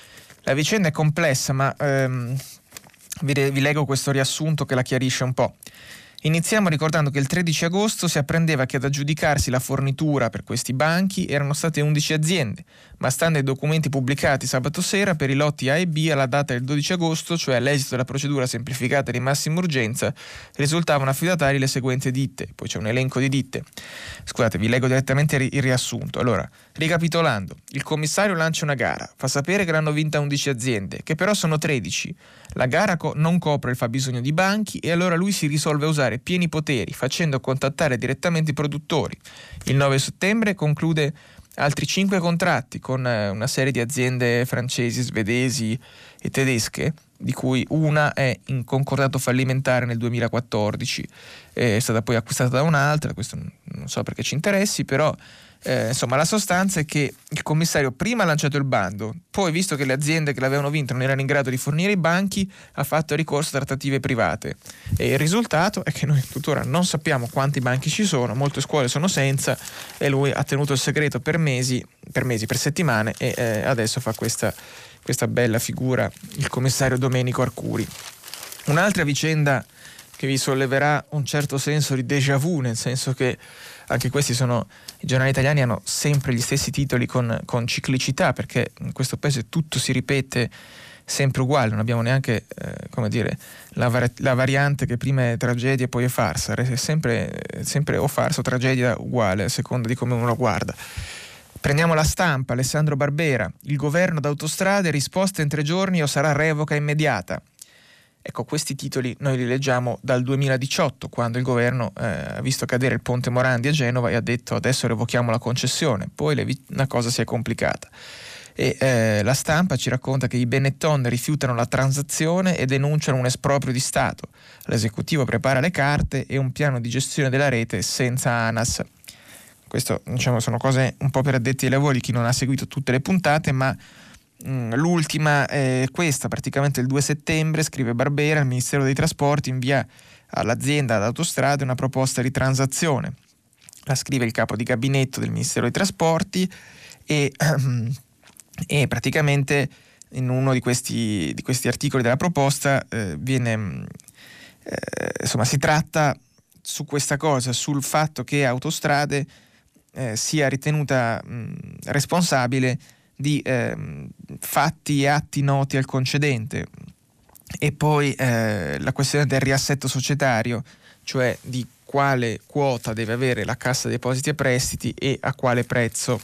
[SPEAKER 2] La vicenda è complessa, ma ehm, vi, vi leggo questo riassunto che la chiarisce un po'. Iniziamo ricordando che il tredici agosto si apprendeva che ad aggiudicarsi la fornitura per questi banchi erano state undici aziende, ma stando ai documenti pubblicati sabato sera per i lotti A e B alla data del dodici agosto, cioè all'esito della procedura semplificata di massima urgenza, risultavano affidatari le seguenti ditte. Poi c'è un elenco di ditte. Scusate, vi leggo direttamente il riassunto. Allora, ricapitolando, il commissario lancia una gara, fa sapere che l'hanno vinta undici aziende, che però sono tredici. La gara co- non copre il fabbisogno di banchi e allora lui si risolve a usare pieni poteri, facendo contattare direttamente i produttori. Il nove settembre conclude altri cinque contratti con eh, una serie di aziende francesi, svedesi e tedesche, di cui una è in concordato fallimentare nel duemilaquattordici, è stata poi acquistata da un'altra, questo non so perché ci interessi, però Eh, insomma, la sostanza è che il commissario prima ha lanciato il bando, poi, visto che le aziende che l'avevano vinto non erano in grado di fornire i banchi, ha fatto ricorso a trattative private. E il risultato è che noi tuttora non sappiamo quanti banchi ci sono, molte scuole sono senza, e lui ha tenuto il segreto per mesi, per mesi, per settimane, e eh, adesso fa questa, questa bella figura, il commissario Domenico Arcuri. Un'altra vicenda che vi solleverà un certo senso di déjà vu, nel senso che anche questi sono, i giornali italiani hanno sempre gli stessi titoli con, con ciclicità, perché in questo paese tutto si ripete sempre uguale, non abbiamo neanche eh, come dire la, var- la variante che prima è tragedia e poi è farsa, è sempre, sempre o farsa o tragedia uguale a seconda di come uno la guarda. Prendiamo La Stampa, Alessandro Barbera, il governo d'autostrade, risposta in tre giorni o sarà revoca immediata. Ecco, questi titoli noi li leggiamo dal duemiladiciotto, quando il governo eh, ha visto cadere il ponte Morandi a Genova e ha detto adesso revochiamo la concessione. Poi le vi- una cosa si è complicata. E eh, La Stampa ci racconta che i Benetton rifiutano la transazione e denunciano un esproprio di Stato. L'esecutivo prepara le carte e un piano di gestione della rete senza ANAS. Questo, diciamo, sono cose un po' per addetti ai lavori, chi non ha seguito tutte le puntate, ma l'ultima è questa, praticamente il due settembre, scrive Barbera, il Ministero dei Trasporti invia all'azienda d'autostrade una proposta di transazione. La scrive il capo di gabinetto del Ministero dei Trasporti e, e praticamente in uno di questi, di questi articoli della proposta eh, viene eh, insomma si tratta su questa cosa, sul fatto che Autostrade eh, sia ritenuta mh, responsabile di eh, fatti e atti noti al concedente, e poi eh, la questione del riassetto societario, cioè di quale quota deve avere la Cassa Depositi e Prestiti e a quale prezzo.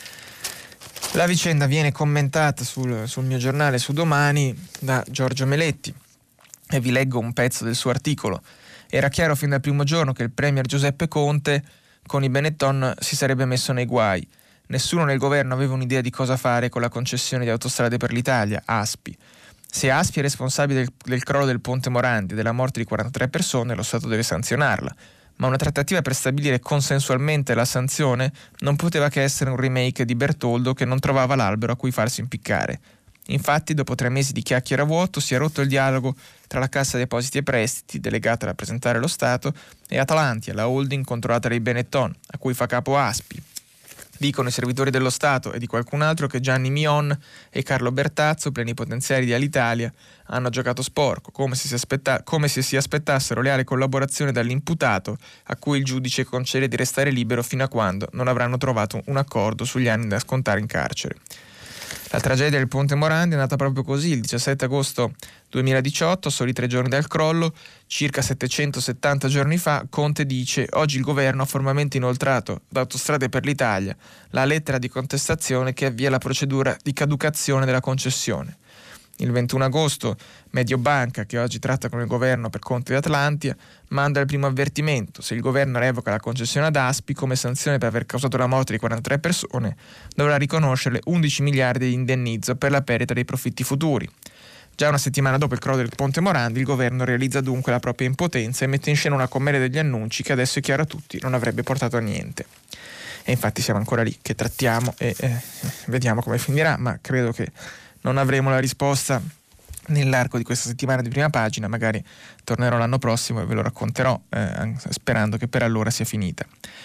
[SPEAKER 2] La vicenda viene commentata sul, sul mio giornale su Domani da Giorgio Meletti e vi leggo un pezzo del suo articolo. Era chiaro fin dal primo giorno che il premier Giuseppe Conte con i Benetton si sarebbe messo nei guai. Nessuno nel governo aveva un'idea di cosa fare con la concessione di Autostrade per l'Italia, A S P I. Se A S P I è responsabile del, del crollo del ponte Morandi e della morte di quarantatré persone, lo Stato deve sanzionarla. Ma una trattativa per stabilire consensualmente la sanzione non poteva che essere un remake di Bertoldo che non trovava l'albero a cui farsi impiccare. Infatti, dopo tre mesi di chiacchiere a vuoto, si è rotto il dialogo tra la Cassa Depositi e Prestiti, delegata a rappresentare lo Stato, e Atalantia, la holding controllata dai Benetton, a cui fa capo A S P I. Dicono i servitori dello Stato e di qualcun altro che Gianni Mion e Carlo Bertazzo, plenipotenziari di Alitalia, hanno giocato sporco, come se si, aspetta- come se si aspettassero leale collaborazione dall'imputato, a cui il giudice concede di restare libero fino a quando non avranno trovato un accordo sugli anni da scontare in carcere. La tragedia del Ponte Morandi è nata proprio così, il diciassette agosto duemiladiciotto, soli tre giorni dal crollo, circa settecentosettanta giorni fa. Conte dice: oggi il governo ha formalmente inoltrato ad Autostrade per l'Italia la lettera di contestazione che avvia la procedura di caducazione della concessione. Il ventuno agosto Mediobanca, che oggi tratta con il governo per conto di Atlantia, manda il primo avvertimento: se il governo revoca la concessione ad A S P I come sanzione per aver causato la morte di quarantatré persone, dovrà riconoscerle undici miliardi di indennizzo per la perdita dei profitti futuri. Già una settimana dopo il crollo del Ponte Morandi, il governo realizza dunque la propria impotenza e mette in scena una commedia degli annunci che adesso è chiaro a tutti non avrebbe portato a niente. E infatti siamo ancora lì che trattiamo e eh, vediamo come finirà, ma credo che non avremo la risposta nell'arco di questa settimana di prima pagina. Magari tornerò l'anno prossimo e ve lo racconterò, eh, sperando che per allora sia finita.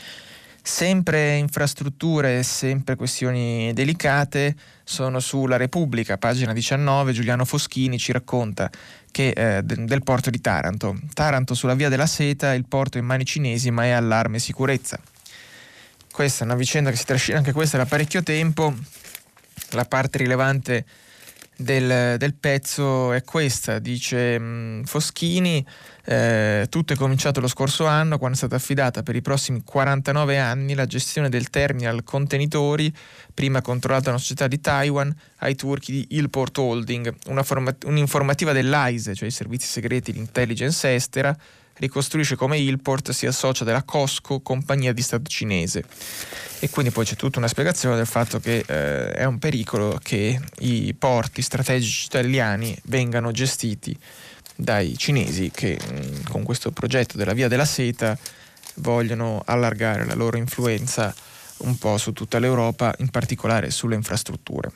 [SPEAKER 2] Sempre infrastrutture, sempre questioni delicate sono sulla Repubblica, pagina diciannove. Giuliano Foschini ci racconta che eh, del porto di Taranto. Taranto sulla via della seta, il porto è in mani cinesi ma è allarme sicurezza. Questa è una vicenda che si trascina anche questa da parecchio tempo. La parte rilevante del, del pezzo è questa, dice mh, Foschini. Eh, tutto è cominciato lo scorso anno, quando è stata affidata per i prossimi quarantanove anni la gestione del terminal contenitori, prima controllata da una società di Taiwan, ai turchi di Ilport Holding. Una forma- un'informativa dell'A I S E, cioè i servizi segreti di intelligence estera, ricostruisce come Ilport sia socia della Cosco, compagnia di Stato cinese. E quindi poi c'è tutta una spiegazione del fatto che eh, è un pericolo che i porti strategici italiani vengano gestiti dai cinesi che mh, con questo progetto della Via della Seta vogliono allargare la loro influenza un po' su tutta l'Europa, in particolare sulle infrastrutture.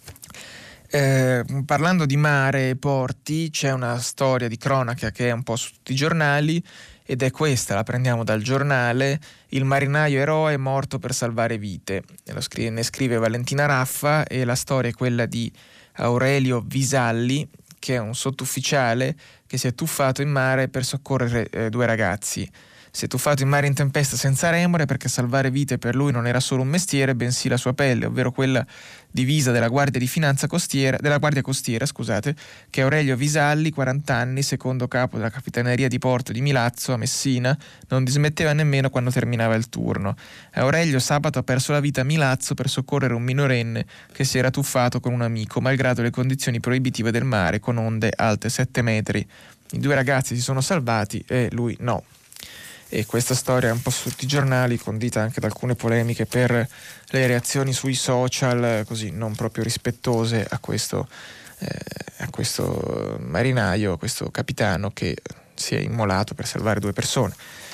[SPEAKER 2] Eh, parlando di mare e porti, c'è una storia di cronaca che è un po' su tutti i giornali ed è questa, la prendiamo dal giornale: il marinaio eroe morto per salvare vite. Lo scrive, ne scrive Valentina Raffa, e la storia è quella di Aurelio Visalli, che è un sottufficiale che si è tuffato in mare per soccorrere eh, due ragazzi. Si è tuffato in mare in tempesta senza remore perché salvare vite per lui non era solo un mestiere, bensì la sua pelle, ovvero quella divisa della Guardia di Finanza Costiera, della Guardia Costiera, scusate, che Aurelio Visalli, quaranta anni, secondo capo della Capitaneria di Porto di Milazzo a Messina, non dismetteva nemmeno quando terminava il turno. Aurelio sabato ha perso la vita a Milazzo per soccorrere un minorenne che si era tuffato con un amico, malgrado le condizioni proibitive del mare con onde alte sette metri. I due ragazzi si sono salvati e lui no. E questa storia è un po' su tutti i giornali, condita anche da alcune polemiche per le reazioni sui social così non proprio rispettose a questo, eh, a questo marinaio, a questo capitano che si è immolato per salvare due persone.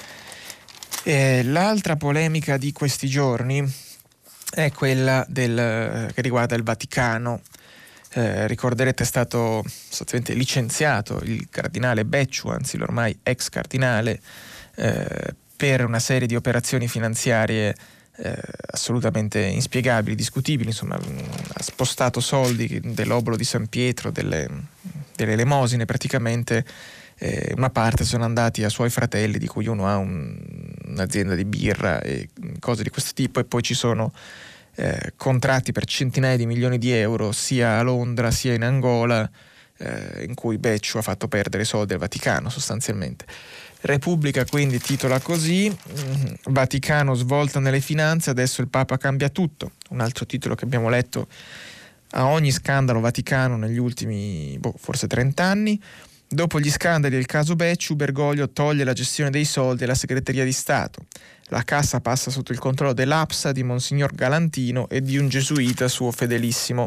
[SPEAKER 2] E l'altra polemica di questi giorni è quella del, che riguarda il Vaticano. Eh, ricorderete è stato sostanzialmente licenziato il cardinale Becciu, anzi l'ormai ex cardinale, Eh, per una serie di operazioni finanziarie eh, assolutamente inspiegabili, discutibili. Insomma, ha spostato soldi dell'obolo di San Pietro, delle, delle elemosine praticamente, eh, una parte sono andati a suoi fratelli, di cui uno ha un, un'azienda di birra e cose di questo tipo, e poi ci sono eh, contratti per centinaia di milioni di euro sia a Londra sia in Angola, eh, in cui Becciu ha fatto perdere soldi al Vaticano sostanzialmente. Repubblica quindi titola così: Vaticano svolta nelle finanze, adesso il Papa cambia tutto. Un altro titolo che abbiamo letto a ogni scandalo Vaticano negli ultimi boh, forse trenta anni. Dopo gli scandali del caso Becciu, Bergoglio toglie la gestione dei soldi alla Segreteria di Stato. La cassa passa sotto il controllo dell'A P S A, di Monsignor Galantino e di un gesuita suo fedelissimo.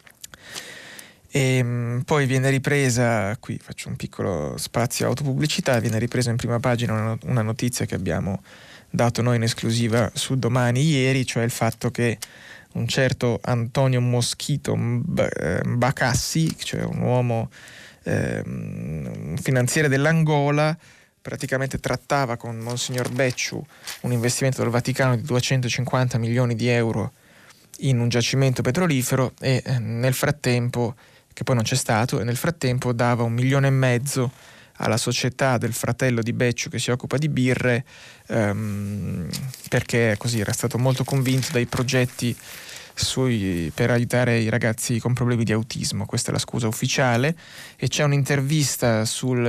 [SPEAKER 2] E mh, poi viene ripresa, qui faccio un piccolo spazio autopubblicità, viene ripresa in prima pagina una, una notizia che abbiamo dato noi in esclusiva su Domani ieri, cioè il fatto che un certo Antonio Moschito Mbakassi, cioè un uomo, eh, un finanziere dell'Angola, praticamente trattava con Monsignor Becciu un investimento del Vaticano di duecentocinquanta milioni di euro in un giacimento petrolifero, e nel frattempo, che poi non c'è stato, e nel frattempo dava un milione e mezzo alla società del fratello di Becciu che si occupa di birre, ehm, perché così era stato molto convinto dai progetti sui, per aiutare i ragazzi con problemi di autismo. Questa è la scusa ufficiale, e c'è un'intervista sul...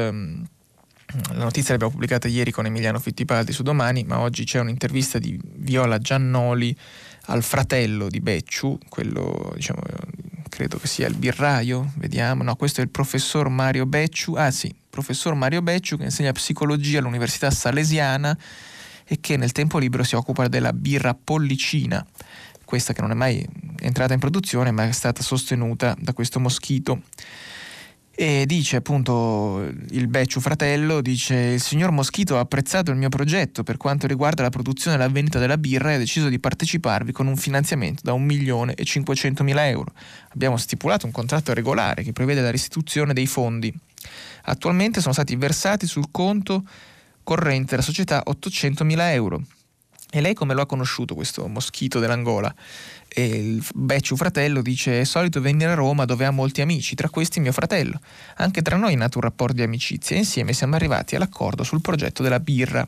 [SPEAKER 2] La notizia l'abbiamo pubblicata ieri con Emiliano Fittipaldi su Domani, ma oggi c'è un'intervista di Viola Giannoli al fratello di Becciu, quello, diciamo, credo che sia il birraio, vediamo, no, questo è il professor Mario Becciu, ah sì, professor Mario Becciu, che insegna psicologia all'Università Salesiana e che nel tempo libero si occupa della birra Pollicina, questa che non è mai entrata in produzione ma è stata sostenuta da questo Moschito. E dice appunto il Becciu fratello, dice: il signor Moschito ha apprezzato il mio progetto per quanto riguarda la produzione e la vendita della birra e ha deciso di parteciparvi con un finanziamento da un milione e cinquecentomila euro. Abbiamo stipulato un contratto regolare che prevede la restituzione dei fondi. Attualmente sono stati versati sul conto corrente della società ottocentomila euro. E lei come lo ha conosciuto questo Moschito dell'Angola? E il Becciu fratello dice: è solito venire a Roma dove ha molti amici, tra questi mio fratello. Anche tra noi è nato un rapporto di amicizia e insieme siamo arrivati all'accordo sul progetto della birra.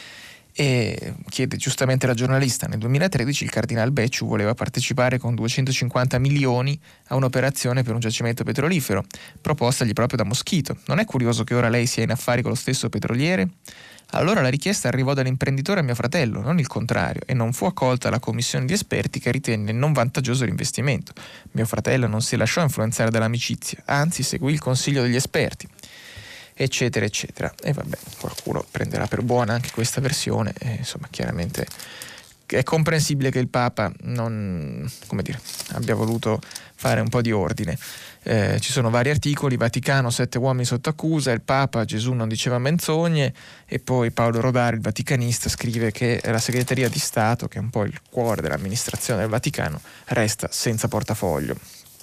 [SPEAKER 2] E chiede giustamente la giornalista: nel duemilatredici il cardinal Becciu voleva partecipare con duecentocinquanta milioni a un'operazione per un giacimento petrolifero, propostagli proprio da Moschito. Non è curioso che ora lei sia in affari con lo stesso petroliere? Allora la richiesta arrivò dall'imprenditore a mio fratello, non il contrario, e non fu accolta la commissione di esperti che ritenne non vantaggioso l'investimento. Mio fratello non si lasciò influenzare dall'amicizia, anzi seguì il consiglio degli esperti, eccetera eccetera. E vabbè, qualcuno prenderà per buona anche questa versione, e insomma chiaramente è comprensibile che il Papa non, come dire, abbia voluto fare un po' di ordine. Eh, ci sono vari articoli: Vaticano, sette uomini sotto accusa, il Papa, Gesù non diceva menzogne, e poi Paolo Rodari, il vaticanista, scrive che la segreteria di Stato, che è un po' il cuore dell'amministrazione del Vaticano, resta senza portafoglio.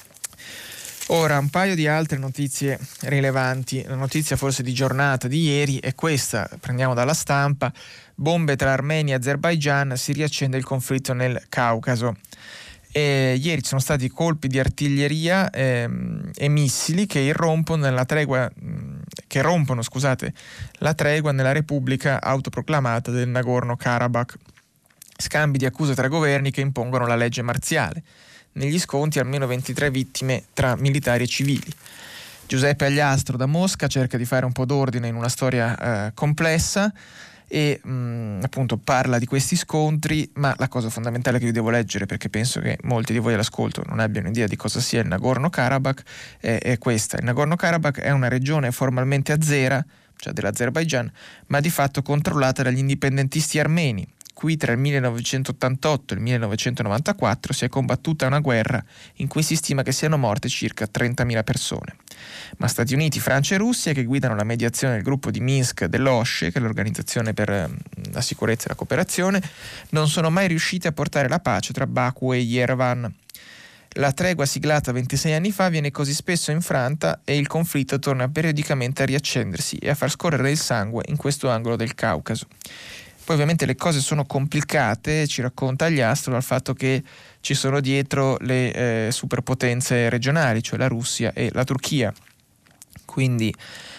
[SPEAKER 2] Ora, un paio di altre notizie rilevanti. La notizia forse di giornata di ieri è questa, prendiamo dalla Stampa: bombe tra Armenia e Azerbaigian, si riaccende il conflitto nel Caucaso. E ieri ci sono stati colpi di artiglieria ehm, e missili che irrompono nella tregua che rompono, scusate, la tregua nella Repubblica autoproclamata del Nagorno-Karabakh. Scambi di accuse tra governi che impongono la legge marziale. Negli scontri almeno ventitré vittime tra militari e civili. Giuseppe Agliastro da Mosca cerca di fare un po' d'ordine in una storia eh, complessa e mh, appunto parla di questi scontri, ma la cosa fondamentale che io devo leggere, perché penso che molti di voi all'ascolto non abbiano idea di cosa sia il Nagorno-Karabakh, è, è questa. Il Nagorno-Karabakh è una regione formalmente azera, cioè dell'Azerbaigian, ma di fatto controllata dagli indipendentisti armeni. Qui tra il millenovecentottantotto e il millenovecentonovantaquattro si è combattuta una guerra in cui si stima che siano morte circa trentamila persone. Ma Stati Uniti, Francia e Russia, che guidano la mediazione del gruppo di Minsk dell'O S C E, che è l'organizzazione per la sicurezza e la cooperazione, non sono mai riusciti a portare la pace tra Baku e Yerevan. La tregua siglata ventisei anni fa viene così spesso infranta e il conflitto torna periodicamente a riaccendersi e a far scorrere il sangue in questo angolo del Caucaso. Poi ovviamente le cose sono complicate, ci racconta Agliastro, dal fatto che ci sono dietro le eh, superpotenze regionali, cioè la Russia e la Turchia. Quindi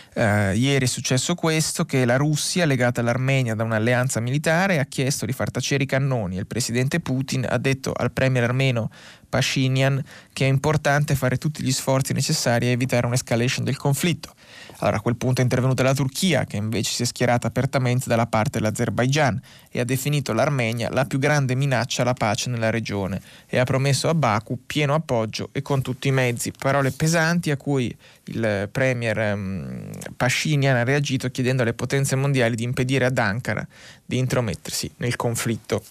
[SPEAKER 2] Uh, ieri è successo questo, che la Russia, legata all'Armenia da un'alleanza militare, ha chiesto di far tacere i cannoni e il presidente Putin ha detto al premier armeno Pashinyan che è importante fare tutti gli sforzi necessari a evitare un'escalation del conflitto. Allora a quel punto è intervenuta la Turchia, che invece si è schierata apertamente dalla parte dell'Azerbaigian e ha definito l'Armenia la più grande minaccia alla pace nella regione e ha promesso a Baku pieno appoggio e con tutti i mezzi. Parole pesanti a cui il premier um, Pashinyan ha reagito chiedendo alle potenze mondiali di impedire ad Ankara di intromettersi nel conflitto.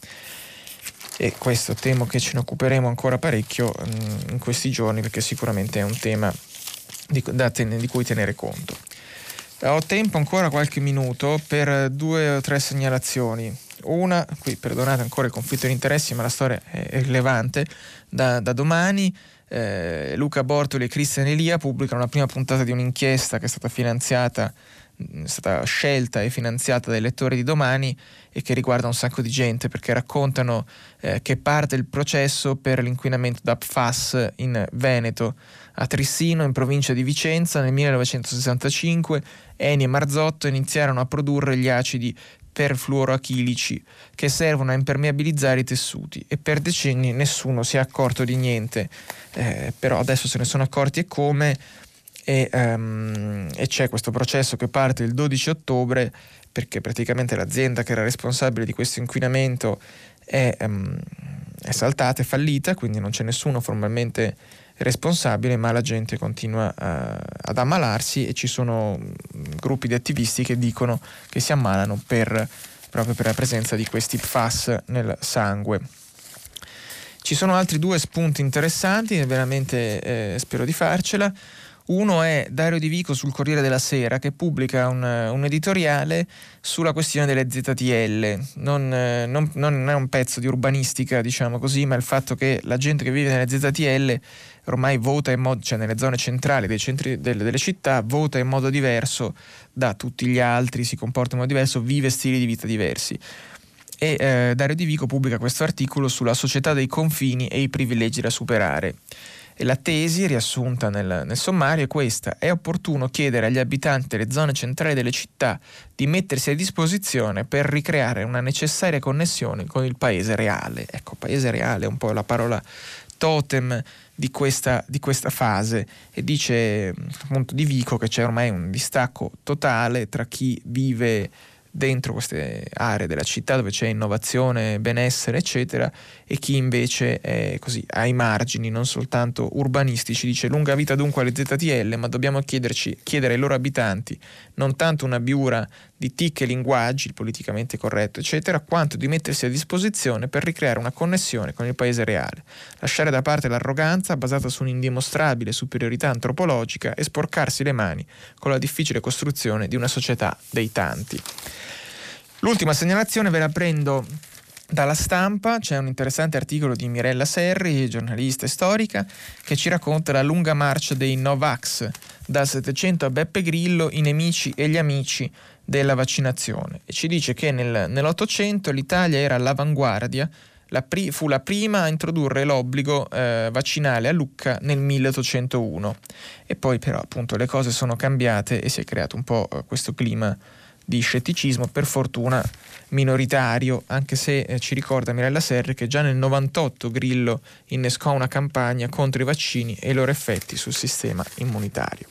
[SPEAKER 2] E questo temo che ce ne occuperemo ancora parecchio um, in questi giorni, perché sicuramente è un tema di, da ten- di cui tenere conto. Ho tempo ancora qualche minuto per due o tre segnalazioni. Una, qui perdonate ancora il conflitto di interessi, ma la storia è rilevante. Da, da domani eh, Luca Bortoli e Cristian Elia pubblicano la prima puntata di un'inchiesta che è stata finanziata, è stata scelta e finanziata dai lettori di Domani e che riguarda un sacco di gente, perché raccontano eh, che parte il processo per l'inquinamento da P F A S in Veneto. A Trissino, in provincia di Vicenza, nel millenovecentosessantacinque Eni e Marzotto iniziarono a produrre gli acidi perfluoroachilici che servono a impermeabilizzare i tessuti e per decenni nessuno si è accorto di niente, eh, però adesso se ne sono accorti e come. E, um, e c'è questo processo che parte il dodici ottobre, perché praticamente l'azienda che era responsabile di questo inquinamento è, um, è saltata, è fallita, quindi non c'è nessuno formalmente responsabile, ma la gente continua uh, ad ammalarsi e ci sono gruppi di attivisti che dicono che si ammalano per, proprio per la presenza di questi P F A S nel sangue. Ci sono altri due spunti interessanti e veramente eh, spero di farcela. Uno è Dario Di Vico sul Corriere della Sera, che pubblica un, un editoriale sulla questione delle Z T L. Non, non, non è un pezzo di urbanistica, diciamo così, ma il fatto che la gente che vive nelle Z T L ormai vota in modo, cioè nelle zone centrali dei centri delle, delle città, vota in modo diverso da tutti gli altri, si comporta in modo diverso, vive stili di vita diversi. E eh, Dario Di Vico pubblica questo articolo sulla società dei confini e i privilegi da superare. E la tesi, riassunta nel, nel sommario, è questa: è opportuno chiedere agli abitanti delle zone centrali delle città di mettersi a disposizione per ricreare una necessaria connessione con il paese reale. Ecco, paese reale è un po' la parola totem di questa, di questa fase, e dice appunto Di Vico che c'è ormai un distacco totale tra chi vive dentro queste aree della città dove c'è innovazione, benessere eccetera, e chi invece è così ai margini, non soltanto urbanistici. Dice: lunga vita dunque alle Z T L, ma dobbiamo chiederci, chiedere ai loro abitanti non tanto una biura di tic e linguaggi, il politicamente corretto eccetera, quanto di mettersi a disposizione per ricreare una connessione con il paese reale, lasciare da parte l'arroganza basata su un'indimostrabile superiorità antropologica e sporcarsi le mani con la difficile costruzione di una società dei tanti. L'ultima segnalazione ve la prendo dalla Stampa. C'è un interessante articolo di Mirella Serri, giornalista e storica, che ci racconta la lunga marcia dei Novax, dal Settecento a Beppe Grillo, i nemici e gli amici della vaccinazione, e ci dice che nel, nell'Ottocento l'Italia era all'avanguardia, la pri- fu la prima a introdurre l'obbligo eh, vaccinale a Lucca nel milleottocentouno, e poi però appunto le cose sono cambiate e si è creato un po' eh, questo clima di scetticismo, per fortuna minoritario, anche se eh, ci ricorda Mirella Serri che già nel novantotto Grillo innescò una campagna contro i vaccini e i loro effetti sul sistema immunitario.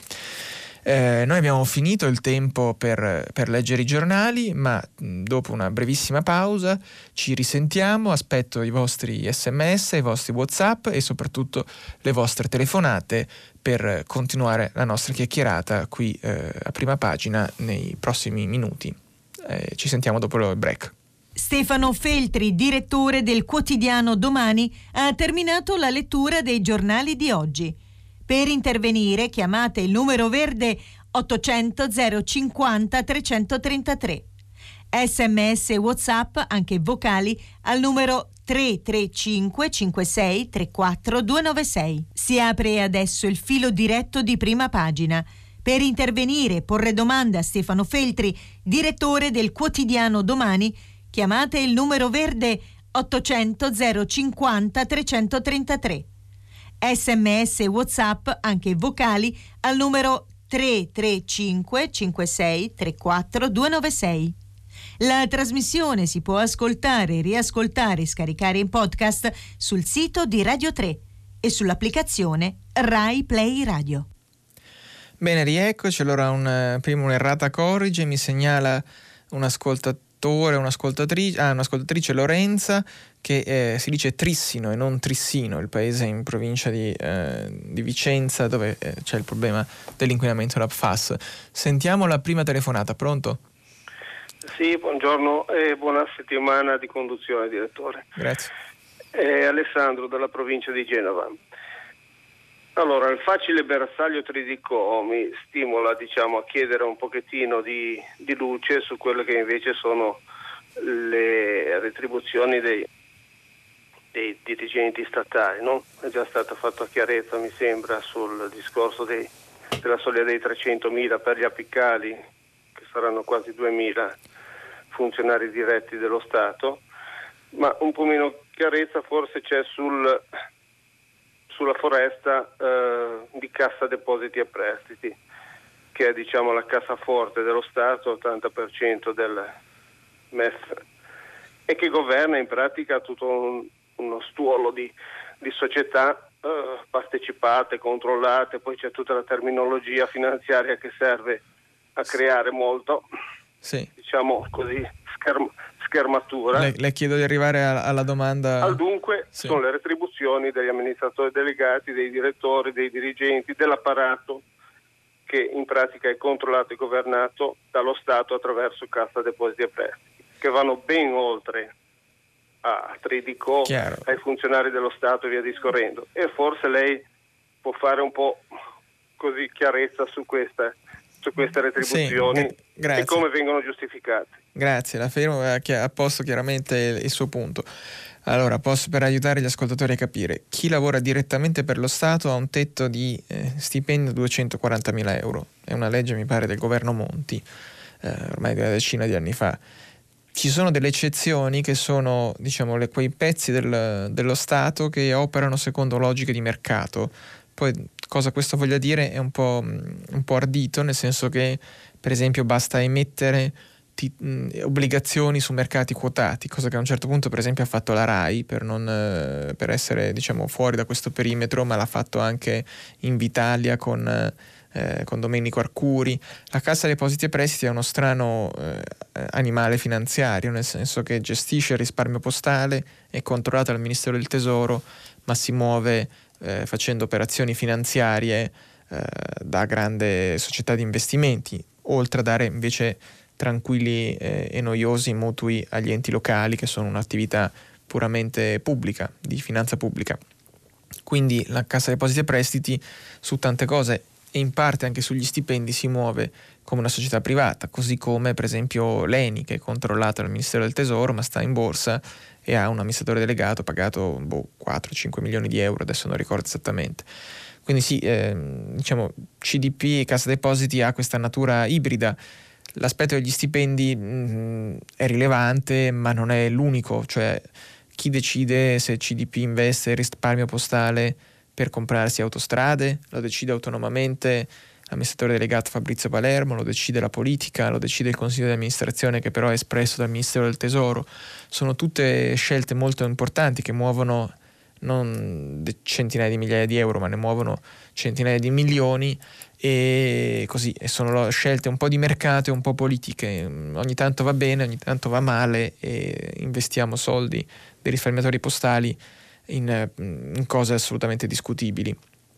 [SPEAKER 2] Eh, noi abbiamo finito il tempo per, per leggere i giornali, ma mh, dopo una brevissima pausa ci risentiamo. Aspetto i vostri sms, i vostri WhatsApp e soprattutto le vostre telefonate per continuare la nostra chiacchierata qui eh, a Prima Pagina nei prossimi minuti. Eh, ci sentiamo dopo il break.
[SPEAKER 1] Stefano Feltri, direttore del quotidiano Domani, ha terminato la lettura dei giornali di oggi. Per intervenire chiamate il numero verde ottocento zero cinquanta trecentotrentatré. Sms e WhatsApp, anche vocali, al numero tre tre cinque cinque sei tre quattro due nove sei. Si apre adesso il filo diretto di Prima Pagina. Per intervenire e porre domande a Stefano Feltri, direttore del quotidiano Domani, chiamate il numero verde ottocento zero cinquanta trecentotrentatré. Sms e WhatsApp, anche vocali, al numero tre tre cinque cinque sei tre quattro due nove sei. La trasmissione si può ascoltare, riascoltare e scaricare in podcast sul sito di Radio tre e sull'applicazione Rai Play Radio.
[SPEAKER 2] Bene, rieccoci. Allora un prima un'errata corrige, mi segnala un ascoltatore, un'ascoltatrice, ah, un'ascoltatrice Lorenza, che eh, si dice Trissino e non Trissino, il paese in provincia di, eh, di Vicenza, dove eh, c'è il problema dell'inquinamento della P F A S. Sentiamo la prima telefonata, pronto?
[SPEAKER 3] Sì, buongiorno e buona settimana di conduzione, direttore.
[SPEAKER 2] Grazie.
[SPEAKER 3] È Alessandro dalla provincia di Genova. Allora, il facile bersaglio Tridico mi stimola, diciamo, a chiedere un pochettino di, di luce su quelle che invece sono le retribuzioni dei, dei dirigenti statali, no? È già stata fatta chiarezza, mi sembra, sul discorso dei, della soglia dei trecentomila per gli apicali, che saranno quasi duemila funzionari diretti dello Stato, ma un po' meno chiarezza forse c'è sul... sulla foresta eh, di Cassa Depositi e Prestiti, che è, diciamo, la cassaforte dello Stato, ottanta per cento del M E F, e che governa in pratica tutto un, uno stuolo di, di società eh, partecipate, controllate. Poi c'è tutta la terminologia finanziaria che serve a creare molto, sì. diciamo così, scherm- schermatura.
[SPEAKER 2] Le, le chiedo di arrivare a, alla domanda.
[SPEAKER 3] Al dunque, sì. Sono le retribuzioni degli amministratori delegati, dei direttori, dei dirigenti, dell'apparato che in pratica è controllato e governato dallo Stato attraverso Cassa Depositi e Prestiti, che vanno ben oltre a Tridico, Chiaro. ai funzionari dello Stato e via discorrendo. E forse lei può fare un po' così chiarezza su questa su queste retribuzioni, sì, e come vengono giustificate.
[SPEAKER 2] Grazie, la fermo, ha posto chiaramente il suo punto. Allora, posso, per aiutare gli ascoltatori a capire, chi lavora direttamente per lo Stato ha un tetto di eh, stipendio duecentoquarantamila euro, è una legge mi pare del governo Monti, eh, ormai di una decina di anni fa. Ci sono delle eccezioni che sono, diciamo, le, quei pezzi del, dello Stato che operano secondo logiche di mercato. Poi cosa questo voglia dire è un po', un po' ardito, nel senso che per esempio basta emettere ti, mh, obbligazioni su mercati quotati, cosa che a un certo punto per esempio ha fatto la RAI per, non, eh, per essere, diciamo, fuori da questo perimetro, ma l'ha fatto anche Invitalia con, eh, con Domenico Arcuri. La Cassa Depositi e Prestiti è uno strano eh, animale finanziario, nel senso che gestisce il risparmio postale, è controllato dal Ministero del Tesoro, ma si muove Eh, facendo operazioni finanziarie eh, da grande società di investimenti, oltre a dare invece tranquilli eh, e noiosi mutui agli enti locali, che sono un'attività puramente pubblica, di finanza pubblica. Quindi la Cassa Depositi e Prestiti su tante cose e in parte anche sugli stipendi si muove come una società privata, così come per esempio l'Eni, che è controllata dal Ministero del Tesoro ma sta in borsa e ha un amministratore delegato pagato boh, quattro cinque milioni di euro, adesso non ricordo esattamente. Quindi sì, eh, diciamo C D P e Cassa Depositi ha questa natura ibrida. L'aspetto degli stipendi mh, è rilevante, ma non è l'unico, cioè chi decide se C D P investe il risparmio postale per comprarsi autostrade? Lo decide autonomamente l'amministratore delegato Fabrizio Palermo, lo decide la politica, lo decide il consiglio di amministrazione, che però è espresso dal Ministero del Tesoro. Sono tutte scelte molto importanti che muovono non centinaia di migliaia di euro, ma ne muovono centinaia di milioni, e così e sono scelte un po' di mercato e un po' politiche. Ogni tanto va bene, ogni tanto va male, e investiamo soldi dei risparmiatori postali in, in cose assolutamente discutibili.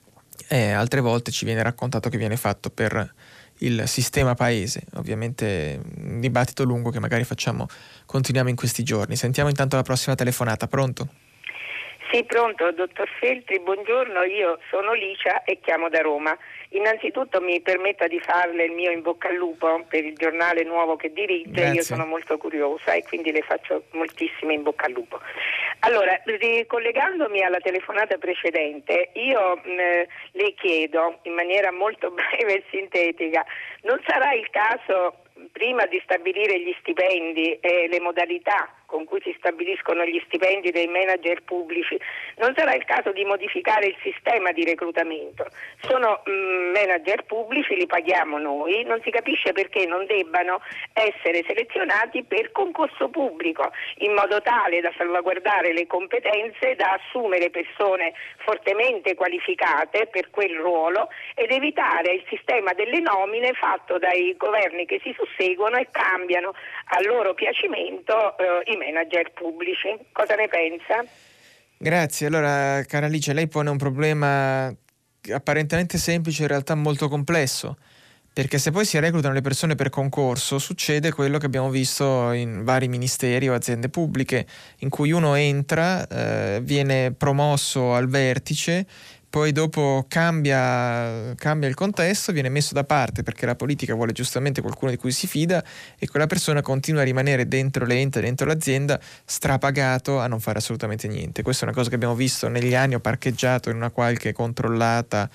[SPEAKER 2] E altre volte ci viene raccontato che viene fatto per il sistema paese. Ovviamente un dibattito lungo che magari facciamo, continuiamo in questi giorni. Sentiamo intanto la prossima telefonata. Pronto?
[SPEAKER 4] Sì, pronto, dottor Feltri, buongiorno, io sono Licia e chiamo da Roma. Innanzitutto mi permetta di farle il mio in bocca al lupo per il giornale nuovo che dirige. Grazie. Io sono molto curiosa e quindi le faccio moltissime in bocca al lupo. Allora, ricollegandomi alla telefonata precedente, io mh, le chiedo in maniera molto breve e sintetica, non sarà il caso, prima di stabilire gli stipendi e le modalità con cui si stabiliscono gli stipendi dei manager pubblici, non sarà il caso di modificare il sistema di reclutamento? Sono mh, manager pubblici, li paghiamo noi, non si capisce perché non debbano essere selezionati per concorso pubblico, in modo tale da salvaguardare le competenze, da assumere persone fortemente qualificate per quel ruolo ed evitare il sistema delle nomine fatto dai governi che si susseguono e cambiano a loro piacimento eh, i manager pubblici. Cosa ne pensa?
[SPEAKER 2] Grazie. Allora, cara Alice, lei pone un problema apparentemente semplice, in realtà molto complesso, perché se poi si reclutano le persone per concorso succede quello che abbiamo visto in vari ministeri o aziende pubbliche, in cui uno entra, eh, viene promosso al vertice, poi dopo cambia, cambia il contesto, viene messo da parte perché la politica vuole giustamente qualcuno di cui si fida e quella persona continua a rimanere dentro l'ente, dentro l'azienda, strapagato a non fare assolutamente niente. Questa è una cosa che abbiamo visto negli anni, ho parcheggiato in una qualche controllata.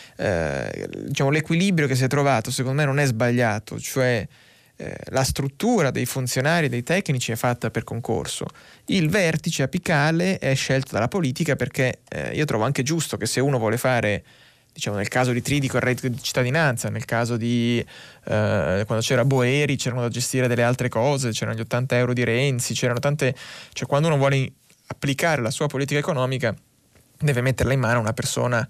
[SPEAKER 2] Eh, diciamo, l'equilibrio che si è trovato secondo me non è sbagliato, cioè eh, la struttura dei funzionari e dei tecnici è fatta per concorso, il vertice apicale è scelto dalla politica perché eh, io trovo anche giusto che se uno vuole fare, diciamo nel caso di Tridico, il reddito di cittadinanza, nel caso di eh, quando c'era Boeri c'erano da gestire delle altre cose, c'erano gli ottanta euro di Renzi, c'erano tante, cioè quando uno vuole applicare la sua politica economica deve metterla in mano una persona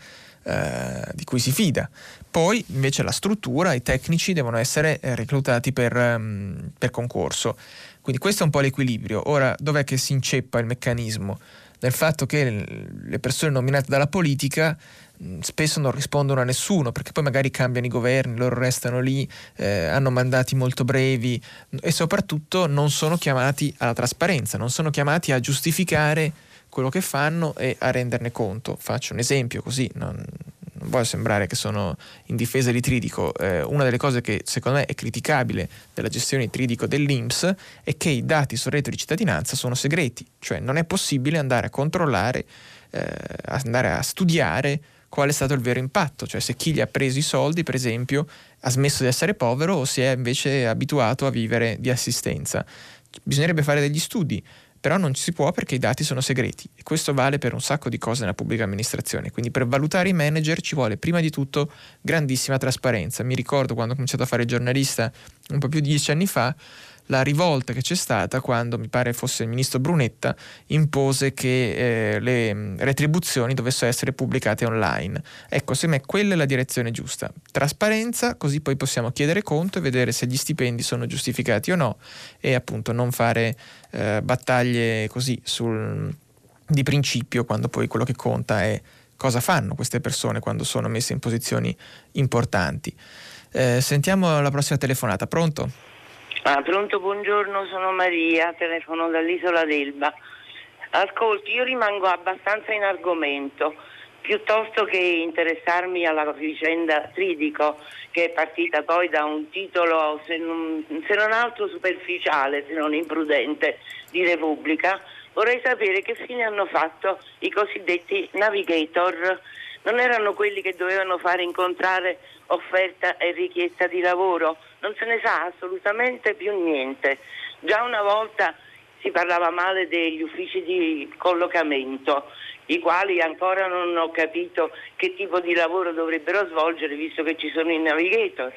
[SPEAKER 2] Eh, di cui si fida. Poi invece la struttura, i tecnici devono essere eh, reclutati per, um, per concorso. Quindi questo è un po' l'equilibrio. Ora, dov'è che si inceppa il meccanismo? Nel fatto che le persone nominate dalla politica mh, spesso non rispondono a nessuno, perché poi magari cambiano i governi, loro restano lì, eh, hanno mandati molto brevi e soprattutto non sono chiamati alla trasparenza, non sono chiamati a giustificare quello che fanno e a renderne conto. Faccio un esempio così, non, non voglio sembrare che sono in difesa di Tridico. Eh, una delle cose che secondo me è criticabile della gestione di Tridico dell'I N P S è che i dati sul reddito di cittadinanza sono segreti, cioè non è possibile andare a controllare, eh, andare a studiare qual è stato il vero impatto, cioè se chi gli ha preso i soldi, per esempio, ha smesso di essere povero o si è invece abituato a vivere di assistenza. Bisognerebbe fare degli studi, però non ci si può perché i dati sono segreti e questo vale per un sacco di cose nella pubblica amministrazione. Quindi per valutare i manager ci vuole prima di tutto grandissima trasparenza. Mi ricordo quando ho cominciato a fare giornalista un po' più di dieci anni fa, la rivolta che c'è stata quando, mi pare fosse il ministro Brunetta, impose che eh, le retribuzioni dovessero essere pubblicate online. Ecco, secondo me quella è la direzione giusta. Trasparenza, così poi possiamo chiedere conto e vedere se gli stipendi sono giustificati o no e appunto non fare eh, battaglie così sul, di principio, quando poi quello che conta è cosa fanno queste persone quando sono messe in posizioni importanti. Eh, sentiamo la prossima telefonata. Pronto?
[SPEAKER 5] Ah, pronto, buongiorno, sono Maria, telefono dall'Isola d'Elba. Ascolti, io rimango abbastanza in argomento, piuttosto che interessarmi alla vicenda Tridico, che è partita poi da un titolo, se non, se non altro superficiale, se non imprudente, di Repubblica. Vorrei sapere che fine hanno fatto i cosiddetti navigator. Non erano quelli che dovevano fare incontrare offerta e richiesta di lavoro? Non se ne sa assolutamente più niente. Già una volta si parlava male degli uffici di collocamento, i quali ancora non ho capito che tipo di lavoro dovrebbero svolgere, visto che ci sono i navigator.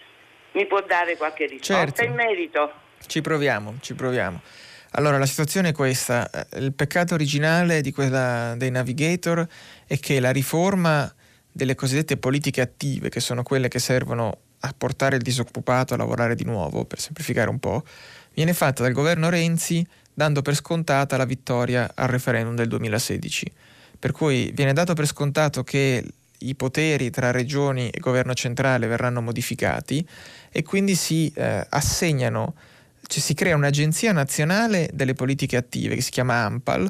[SPEAKER 5] Mi può dare qualche risposta
[SPEAKER 2] certo.
[SPEAKER 5] in merito?
[SPEAKER 2] Ci proviamo, ci proviamo. Allora, la situazione è questa. Il peccato originale di quella dei navigator è che la riforma delle cosiddette politiche attive, che sono quelle che servono a portare il disoccupato a lavorare di nuovo, per semplificare un po', viene fatta dal governo Renzi dando per scontata la vittoria al referendum del duemilasedici. Per cui viene dato per scontato che i poteri tra regioni e governo centrale verranno modificati e quindi si eh, assegnano, cioè si crea un'agenzia nazionale delle politiche attive che si chiama ANPAL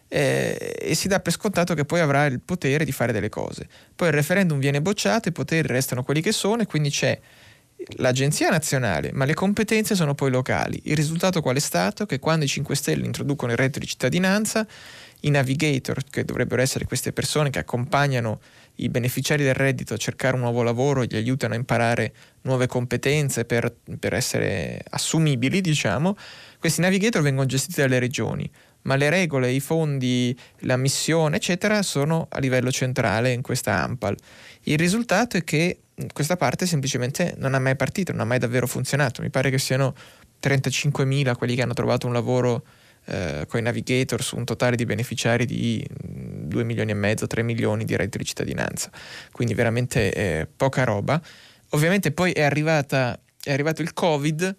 [SPEAKER 2] eh, e si dà per scontato che poi avrà il potere di fare delle cose. Poi il referendum viene bocciato, i poteri restano quelli che sono e quindi c'è l'agenzia nazionale, ma le competenze sono poi locali. Il risultato qual è stato? Che quando i cinque Stelle introducono il reddito di cittadinanza, i navigator, che dovrebbero essere queste persone che accompagnano i beneficiari del reddito a cercare un nuovo lavoro, gli aiutano a imparare nuove competenze per, per essere assumibili, diciamo. Questi navigator vengono gestiti dalle regioni, ma le regole, i fondi, la missione, eccetera, sono a livello centrale in questa ANPAL. Il risultato è che questa parte semplicemente non ha mai partito, non ha mai davvero funzionato. Mi pare che siano trentacinquemila quelli che hanno trovato un lavoro eh, con i navigator su un totale di beneficiari di due milioni e mezzo, tre milioni di reddito di cittadinanza. Quindi veramente eh, poca roba. Ovviamente poi è arrivata è arrivato il Covid,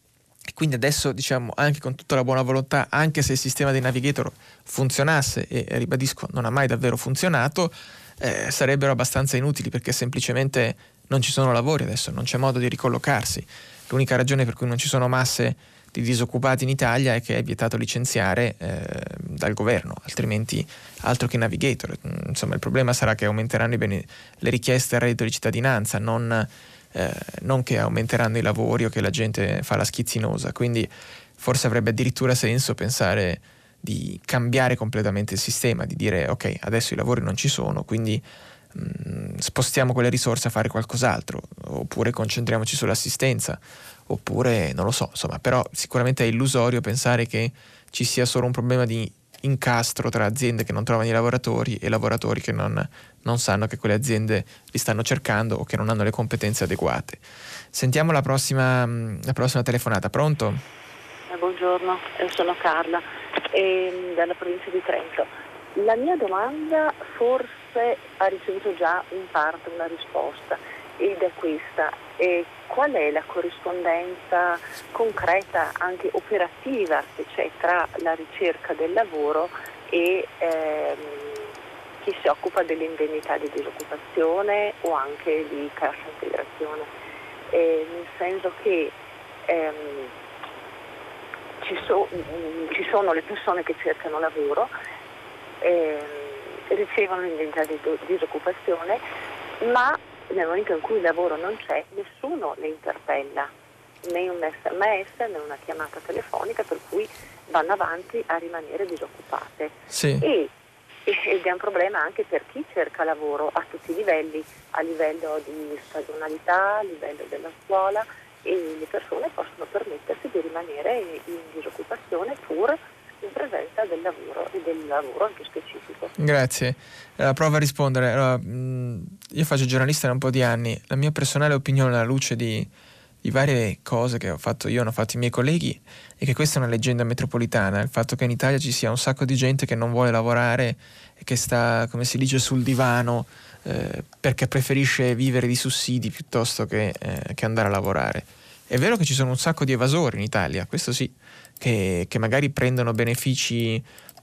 [SPEAKER 2] e quindi adesso, diciamo, anche con tutta la buona volontà, anche se il sistema dei navigator funzionasse, e ribadisco non ha mai davvero funzionato, eh, sarebbero abbastanza inutili, perché semplicemente non ci sono lavori adesso, non c'è modo di ricollocarsi. L'unica ragione per cui non ci sono masse di disoccupati in Italia è che è vietato licenziare eh, dal governo, altrimenti altro che navigator. Insomma, il problema sarà che aumenteranno i bene- le richieste al reddito di cittadinanza, non Eh, non che aumenteranno i lavori o che la gente fa la schizzinosa. Quindi forse avrebbe addirittura senso pensare di cambiare completamente il sistema, di dire ok, adesso i lavori non ci sono, quindi mh, spostiamo quelle risorse a fare qualcos'altro, oppure concentriamoci sull'assistenza, oppure non lo so, insomma. Però sicuramente è illusorio pensare che ci sia solo un problema di incastro tra aziende che non trovano i lavoratori e lavoratori che non, non sanno che quelle aziende li stanno cercando o che non hanno le competenze adeguate. Sentiamo la prossima, la prossima telefonata. Pronto?
[SPEAKER 6] Eh, buongiorno, sono Carla, eh, dalla provincia di Trento. La mia domanda forse ha ricevuto già in parte una risposta, ed è questa: eh, qual è la corrispondenza concreta, anche operativa, che c'è tra la ricerca del lavoro e ehm, chi si occupa delle indennità di disoccupazione o anche di cassa integrazione? Eh, nel senso che ehm, ci, so, ci sono le persone che cercano lavoro, ehm, ricevono l'indennità di disoccupazione, ma nel momento in cui il lavoro non c'è, nessuno le interpella, né un esse emme esse né una chiamata telefonica, per cui vanno avanti a rimanere disoccupate.
[SPEAKER 2] Sì.
[SPEAKER 6] E, ed è un problema anche per chi cerca lavoro a tutti i livelli, a livello di stagionalità, a livello della scuola, e le persone possono permettersi di rimanere in disoccupazione pur in presenza del lavoro e del lavoro anche specifico.
[SPEAKER 2] Grazie. Uh, provo a rispondere. Allora, mh, io faccio giornalista da un po' di anni. La mia personale opinione, alla luce di, di varie cose che ho fatto io, hanno fatto i miei colleghi, è che questa è una leggenda metropolitana. Il fatto che in Italia ci sia un sacco di gente che non vuole lavorare e che sta, come si dice, sul divano eh, perché preferisce vivere di sussidi piuttosto che, eh, che andare a lavorare. È vero che ci sono un sacco di evasori in Italia, questo sì, che, che magari prendono benefici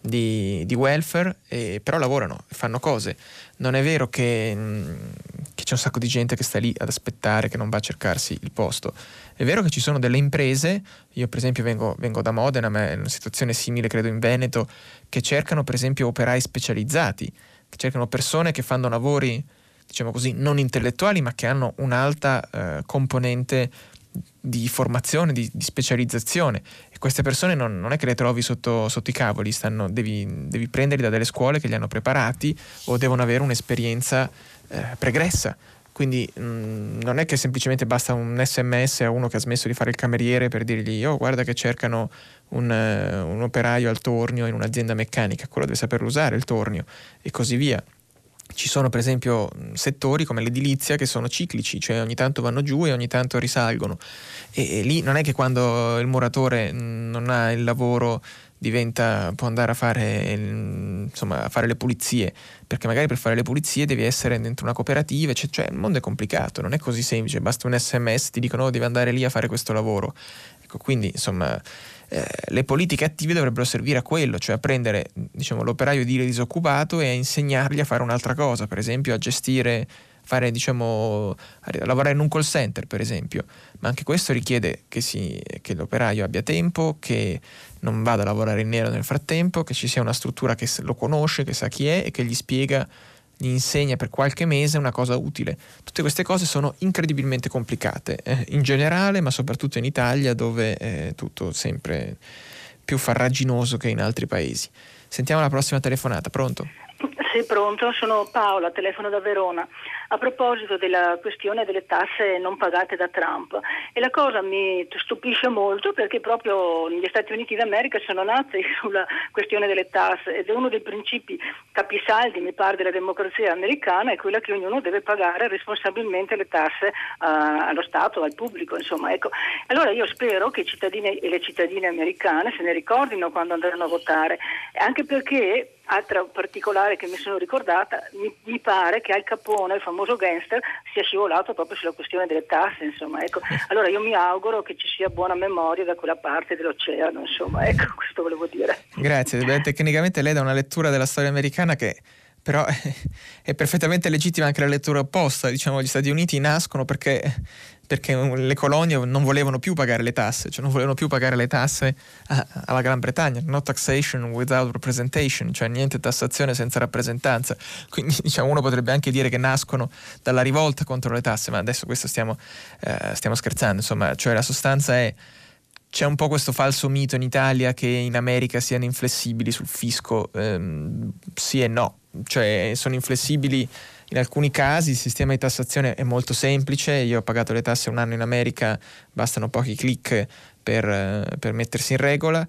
[SPEAKER 2] di, di welfare, e, però lavorano, fanno cose. Non è vero che, mh, che c'è un sacco di gente che sta lì ad aspettare, che non va a cercarsi il posto. È vero che ci sono delle imprese, io per esempio vengo, vengo da Modena, ma è una situazione simile credo in Veneto, che cercano per esempio operai specializzati, che cercano persone che fanno lavori, diciamo così, non intellettuali, ma che hanno un'alta eh, componente di formazione, di, di specializzazione, e queste persone non, non è che le trovi sotto, sotto i cavoli, stanno, devi, devi prenderli da delle scuole che li hanno preparati o devono avere un'esperienza eh, pregressa. Quindi mh, non è che semplicemente basta un esse emme esse a uno che ha smesso di fare il cameriere per dirgli oh guarda che cercano un, uh, un operaio al tornio in un'azienda meccanica, quello deve saperlo usare il tornio, e così via. Ci sono per esempio settori come l'edilizia che sono ciclici, cioè ogni tanto vanno giù e ogni tanto risalgono, e, e lì non è che quando il muratore non ha il lavoro diventa, può andare a fare, insomma, a fare le pulizie, perché magari per fare le pulizie devi essere dentro una cooperativa, cioè, cioè il mondo è complicato, non è così semplice, basta un esse emme esse, ti dicono oh, devi andare lì a fare questo lavoro. Ecco, quindi insomma eh, le politiche attive dovrebbero servire a quello, cioè a prendere, diciamo, l'operaio edile disoccupato e a insegnargli a fare un'altra cosa, per esempio a gestire, fare, diciamo, a lavorare in un call center per esempio, ma anche questo richiede che, si, che l'operaio abbia tempo, che non vada a lavorare in nero nel frattempo, che ci sia una struttura che lo conosce, che sa chi è e che gli spiega, gli insegna per qualche mese una cosa utile. Tutte queste cose sono incredibilmente complicate, eh, in generale, ma soprattutto in Italia, dove è tutto sempre più farraginoso che in altri paesi. Sentiamo la prossima telefonata. Pronto?
[SPEAKER 7] Sì, pronto, sono Paola, telefono da Verona. A proposito della questione delle tasse non pagate da Trump, e la cosa mi stupisce molto perché proprio negli Stati Uniti d'America sono nati sulla questione delle tasse ed è uno dei principi capisaldi, mi pare, della democrazia americana, è quella che ognuno deve pagare responsabilmente le tasse uh, allo Stato, al pubblico, insomma. Ecco. Allora io spero che i cittadini e le cittadine americane se ne ricordino quando andranno a votare, anche perché, altra particolare che mi sono ricordata, mi, mi pare che Al Capone, il famoso gangster, sia scivolato proprio sulla questione delle tasse, insomma, ecco. Allora io mi auguro che ci sia buona memoria da quella parte dell'oceano, insomma, ecco, questo volevo dire.
[SPEAKER 2] Grazie. Beh, tecnicamente lei dà una lettura della storia americana che però è perfettamente legittima anche la lettura opposta. Diciamo, gli Stati Uniti nascono perché perché le colonie non volevano più pagare le tasse, cioè non volevano più pagare le tasse a, alla Gran Bretagna, no taxation without representation, cioè niente tassazione senza rappresentanza. Quindi diciamo uno potrebbe anche dire che nascono dalla rivolta contro le tasse, ma adesso questo stiamo, eh, stiamo scherzando, insomma, cioè la sostanza è: c'è un po' questo falso mito in Italia che in America siano inflessibili sul fisco, ehm, sì e no, cioè sono inflessibili in alcuni casi. Il sistema di tassazione è molto semplice, io ho pagato le tasse un anno in America, bastano pochi click per, per mettersi in regola,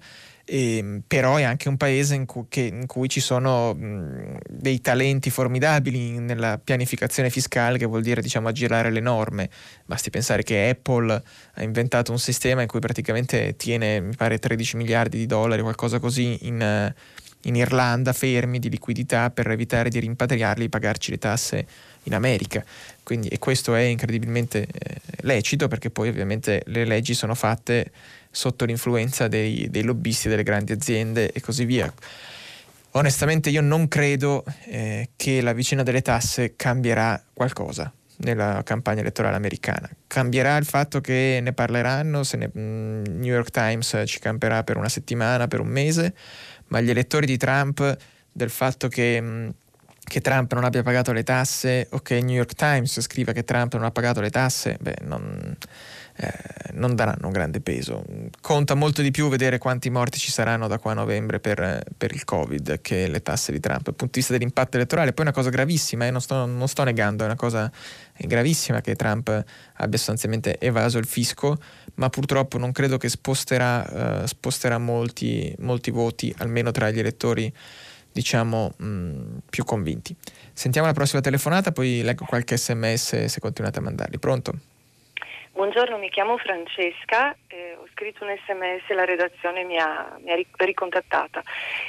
[SPEAKER 2] e, però è anche un paese in cui, che, in cui ci sono mh, dei talenti formidabili nella pianificazione fiscale, che vuol dire, diciamo, aggirare le norme. Basti pensare che Apple ha inventato un sistema in cui praticamente tiene, mi pare, tredici miliardi di dollari, qualcosa così, in, in Irlanda, fermi di liquidità, per evitare di rimpatriarli e pagarci le tasse in America. Quindi, e questo è incredibilmente eh, lecito, perché poi ovviamente le leggi sono fatte sotto l'influenza dei, dei lobbisti delle grandi aziende e così via. Onestamente io non credo eh, che la vicenda delle tasse cambierà qualcosa nella campagna elettorale americana. Cambierà il fatto che ne parleranno, se ne, mh, New York Times ci camperà per una settimana, per un mese, ma gli elettori di Trump, del fatto che, mh, che Trump non abbia pagato le tasse, o che il New York Times scriva che Trump non ha pagato le tasse, beh, non... Eh, non daranno un grande peso. Conta molto di più vedere quanti morti ci saranno da qua a novembre per, per il Covid che le tasse di Trump. Dal punto di vista dell'impatto elettorale, poi è una cosa gravissima, eh, non, sto, non sto negando, è una cosa gravissima che Trump abbia sostanzialmente evaso il fisco, ma purtroppo non credo che sposterà, uh, sposterà molti, molti voti, almeno tra gli elettori, diciamo, mh, più convinti. Sentiamo la prossima telefonata, poi leggo qualche sms se continuate a mandarli. Pronto?
[SPEAKER 8] Buongiorno, mi chiamo Francesca, eh, ho scritto un sms e la redazione mi ha, mi ha ricontattata.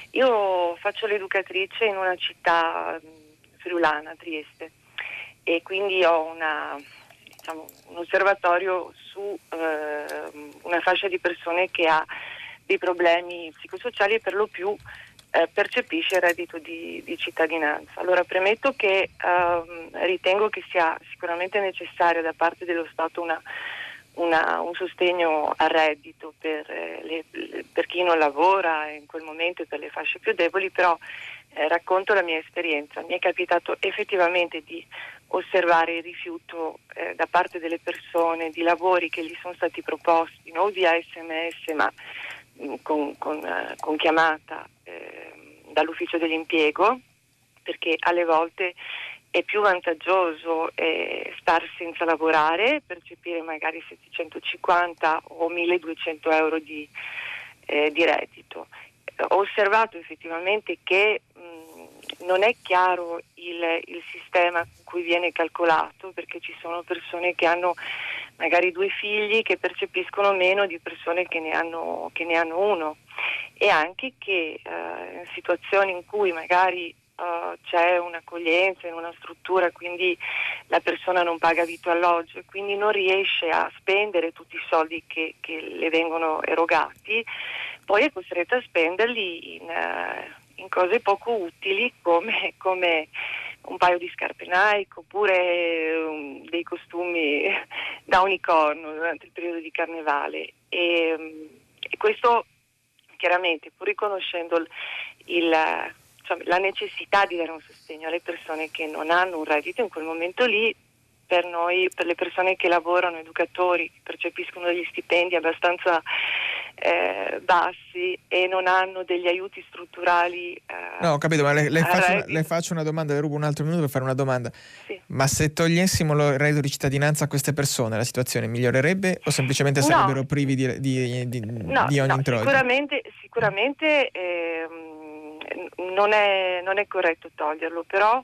[SPEAKER 8] Io faccio l'educatrice in una città friulana, Trieste, e quindi ho una, diciamo, un osservatorio su eh, una fascia di persone che ha dei problemi psicosociali e per lo più eh, percepisce il reddito di, di cittadinanza. Allora premetto che ehm, ritengo che sia sicuramente necessaria da parte dello Stato una, una, un sostegno al reddito per, eh, le, per chi non lavora in quel momento e per le fasce più deboli, però eh, racconto la mia esperienza. Mi è capitato effettivamente di osservare il rifiuto eh, da parte delle persone di lavori che gli sono stati proposti, non via sms ma Con, con, uh, con chiamata eh, dall'ufficio dell'impiego, perché alle volte è più vantaggioso eh, star senza lavorare, percepire magari settecentocinquanta o milleduecento euro di, eh, di reddito. Ho osservato effettivamente che mh, non è chiaro il, il sistema con cui viene calcolato, perché ci sono persone che hanno magari due figli che percepiscono meno di persone che ne hanno, che ne hanno uno, e anche che eh, in situazioni in cui magari eh, c'è un'accoglienza in una struttura, quindi la persona non paga vitto e alloggio e quindi non riesce a spendere tutti i soldi che, che le vengono erogati, poi è costretta a spenderli in, uh, in cose poco utili come, come un paio di scarpe Nike oppure um, dei costumi da unicorno durante il periodo di carnevale, e, um, e questo chiaramente, pur riconoscendo il, il, cioè, la necessità di dare un sostegno alle persone che non hanno un reddito in quel momento lì, per noi, per le persone che lavorano, educatori, che percepiscono degli stipendi abbastanza eh, bassi e non hanno degli aiuti strutturali. Eh,
[SPEAKER 2] no, ho capito, ma le, le, faccio una, le faccio una domanda, le rubo un altro minuto per fare una domanda.
[SPEAKER 8] Sì.
[SPEAKER 2] Ma se togliessimo il reddito di cittadinanza a queste persone, la situazione migliorerebbe o semplicemente sarebbero
[SPEAKER 8] no.
[SPEAKER 2] privi di, di, di,
[SPEAKER 8] no,
[SPEAKER 2] di ogni
[SPEAKER 8] no,
[SPEAKER 2] introito?
[SPEAKER 8] Sicuramente, sicuramente ehm, non, è, non è corretto toglierlo, però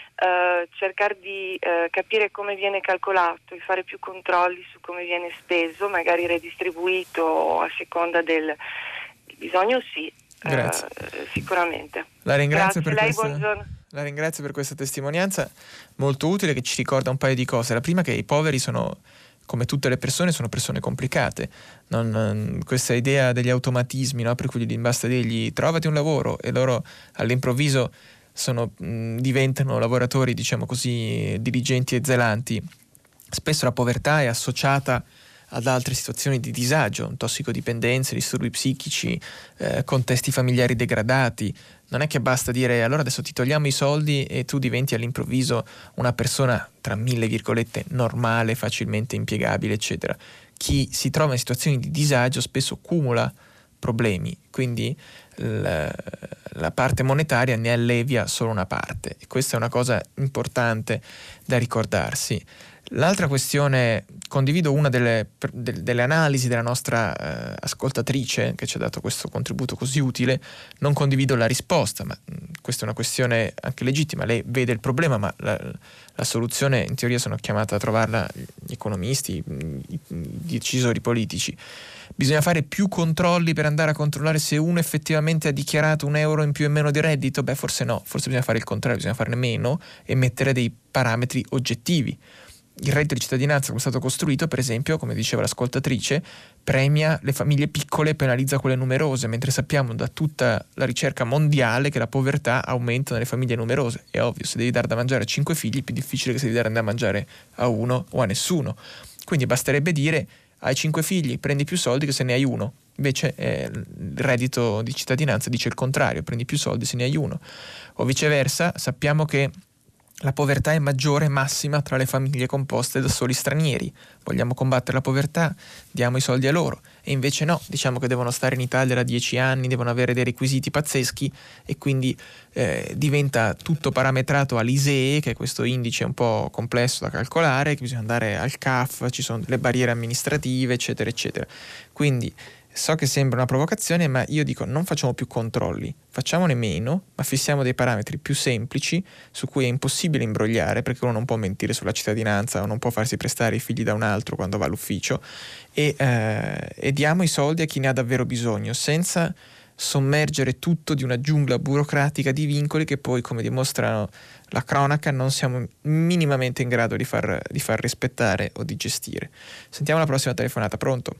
[SPEAKER 8] Uh, cercare di uh, capire come viene calcolato e fare più controlli su come viene speso, magari redistribuito a seconda del bisogno, sì,
[SPEAKER 2] Grazie.
[SPEAKER 8] Uh, sicuramente.
[SPEAKER 2] La ringrazio,
[SPEAKER 8] Grazie,
[SPEAKER 2] per
[SPEAKER 8] lei,
[SPEAKER 2] questa,
[SPEAKER 8] buongiorno.
[SPEAKER 2] la ringrazio per questa testimonianza molto utile, che ci ricorda un paio di cose. La prima, che i poveri sono, come tutte le persone, sono persone complicate. Non, questa idea degli automatismi, no? Per cui gli basta dirgli trovati un lavoro e loro all'improvviso sono, mh, diventano lavoratori, diciamo così, diligenti e zelanti. Spesso la povertà è associata ad altre situazioni di disagio, tossicodipendenze, disturbi psichici, eh, contesti familiari degradati. Non è che basta dire allora adesso ti togliamo i soldi e tu diventi all'improvviso una persona, tra mille virgolette, normale, facilmente impiegabile, eccetera. Chi si trova in situazioni di disagio spesso cumula problemi, quindi la, la parte monetaria ne allevia solo una parte, e questa è una cosa importante da ricordarsi. L'altra questione, condivido una delle, de, delle analisi della nostra eh, ascoltatrice che ci ha dato questo contributo così utile. Non condivido la risposta, ma mh, questa è una questione anche legittima. Lei vede il problema, ma la, la soluzione in teoria sono chiamata a trovarla gli economisti, i, i decisori politici. Bisogna fare più controlli per andare a controllare se uno effettivamente ha dichiarato un euro in più e meno di reddito? Beh, forse no, forse bisogna fare il contrario, bisogna farne meno e mettere dei parametri oggettivi. Il reddito di cittadinanza, come è stato costruito, per esempio, come diceva l'ascoltatrice, premia le famiglie piccole e penalizza quelle numerose, mentre sappiamo da tutta la ricerca mondiale che la povertà aumenta nelle famiglie numerose. È ovvio, se devi dare da mangiare a cinque figli è più difficile che se devi dare da mangiare a uno o a nessuno. Quindi basterebbe dire: hai cinque figli, prendi più soldi che se ne hai uno. Invece eh, il reddito di cittadinanza dice il contrario: prendi più soldi se ne hai uno. O viceversa, sappiamo che la povertà è maggiore, massima, tra le famiglie composte da soli stranieri. Vogliamo combattere la povertà? Diamo i soldi a loro. E invece no, diciamo che devono stare in Italia da dieci anni, devono avere dei requisiti pazzeschi, e quindi eh, diventa tutto parametrato all'I S E E, che è questo indice un po' complesso da calcolare, che bisogna andare al C A F, ci sono delle barriere amministrative, eccetera, eccetera. Quindi so che sembra una provocazione, ma io dico: non facciamo più controlli, facciamone meno, ma fissiamo dei parametri più semplici su cui è impossibile imbrogliare, perché uno non può mentire sulla cittadinanza o non può farsi prestare i figli da un altro quando va all'ufficio, e, eh, e diamo i soldi a chi ne ha davvero bisogno, senza sommergere tutto di una giungla burocratica di vincoli che poi, come dimostrano la cronaca, non siamo minimamente in grado di far, di far rispettare o di gestire. Sentiamo la prossima telefonata. Pronto?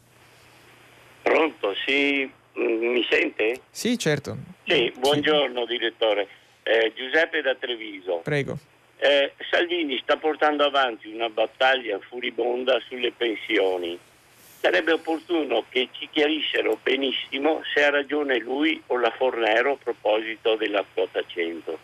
[SPEAKER 9] Pronto, sì, mi sente?
[SPEAKER 2] Sì, certo.
[SPEAKER 9] Sì, buongiorno direttore. Eh, Giuseppe da Treviso.
[SPEAKER 2] Prego.
[SPEAKER 9] Eh, Salvini sta portando avanti una battaglia furibonda sulle pensioni. Sarebbe opportuno che ci chiarissero benissimo se ha ragione lui o la Fornero a proposito della quota cento.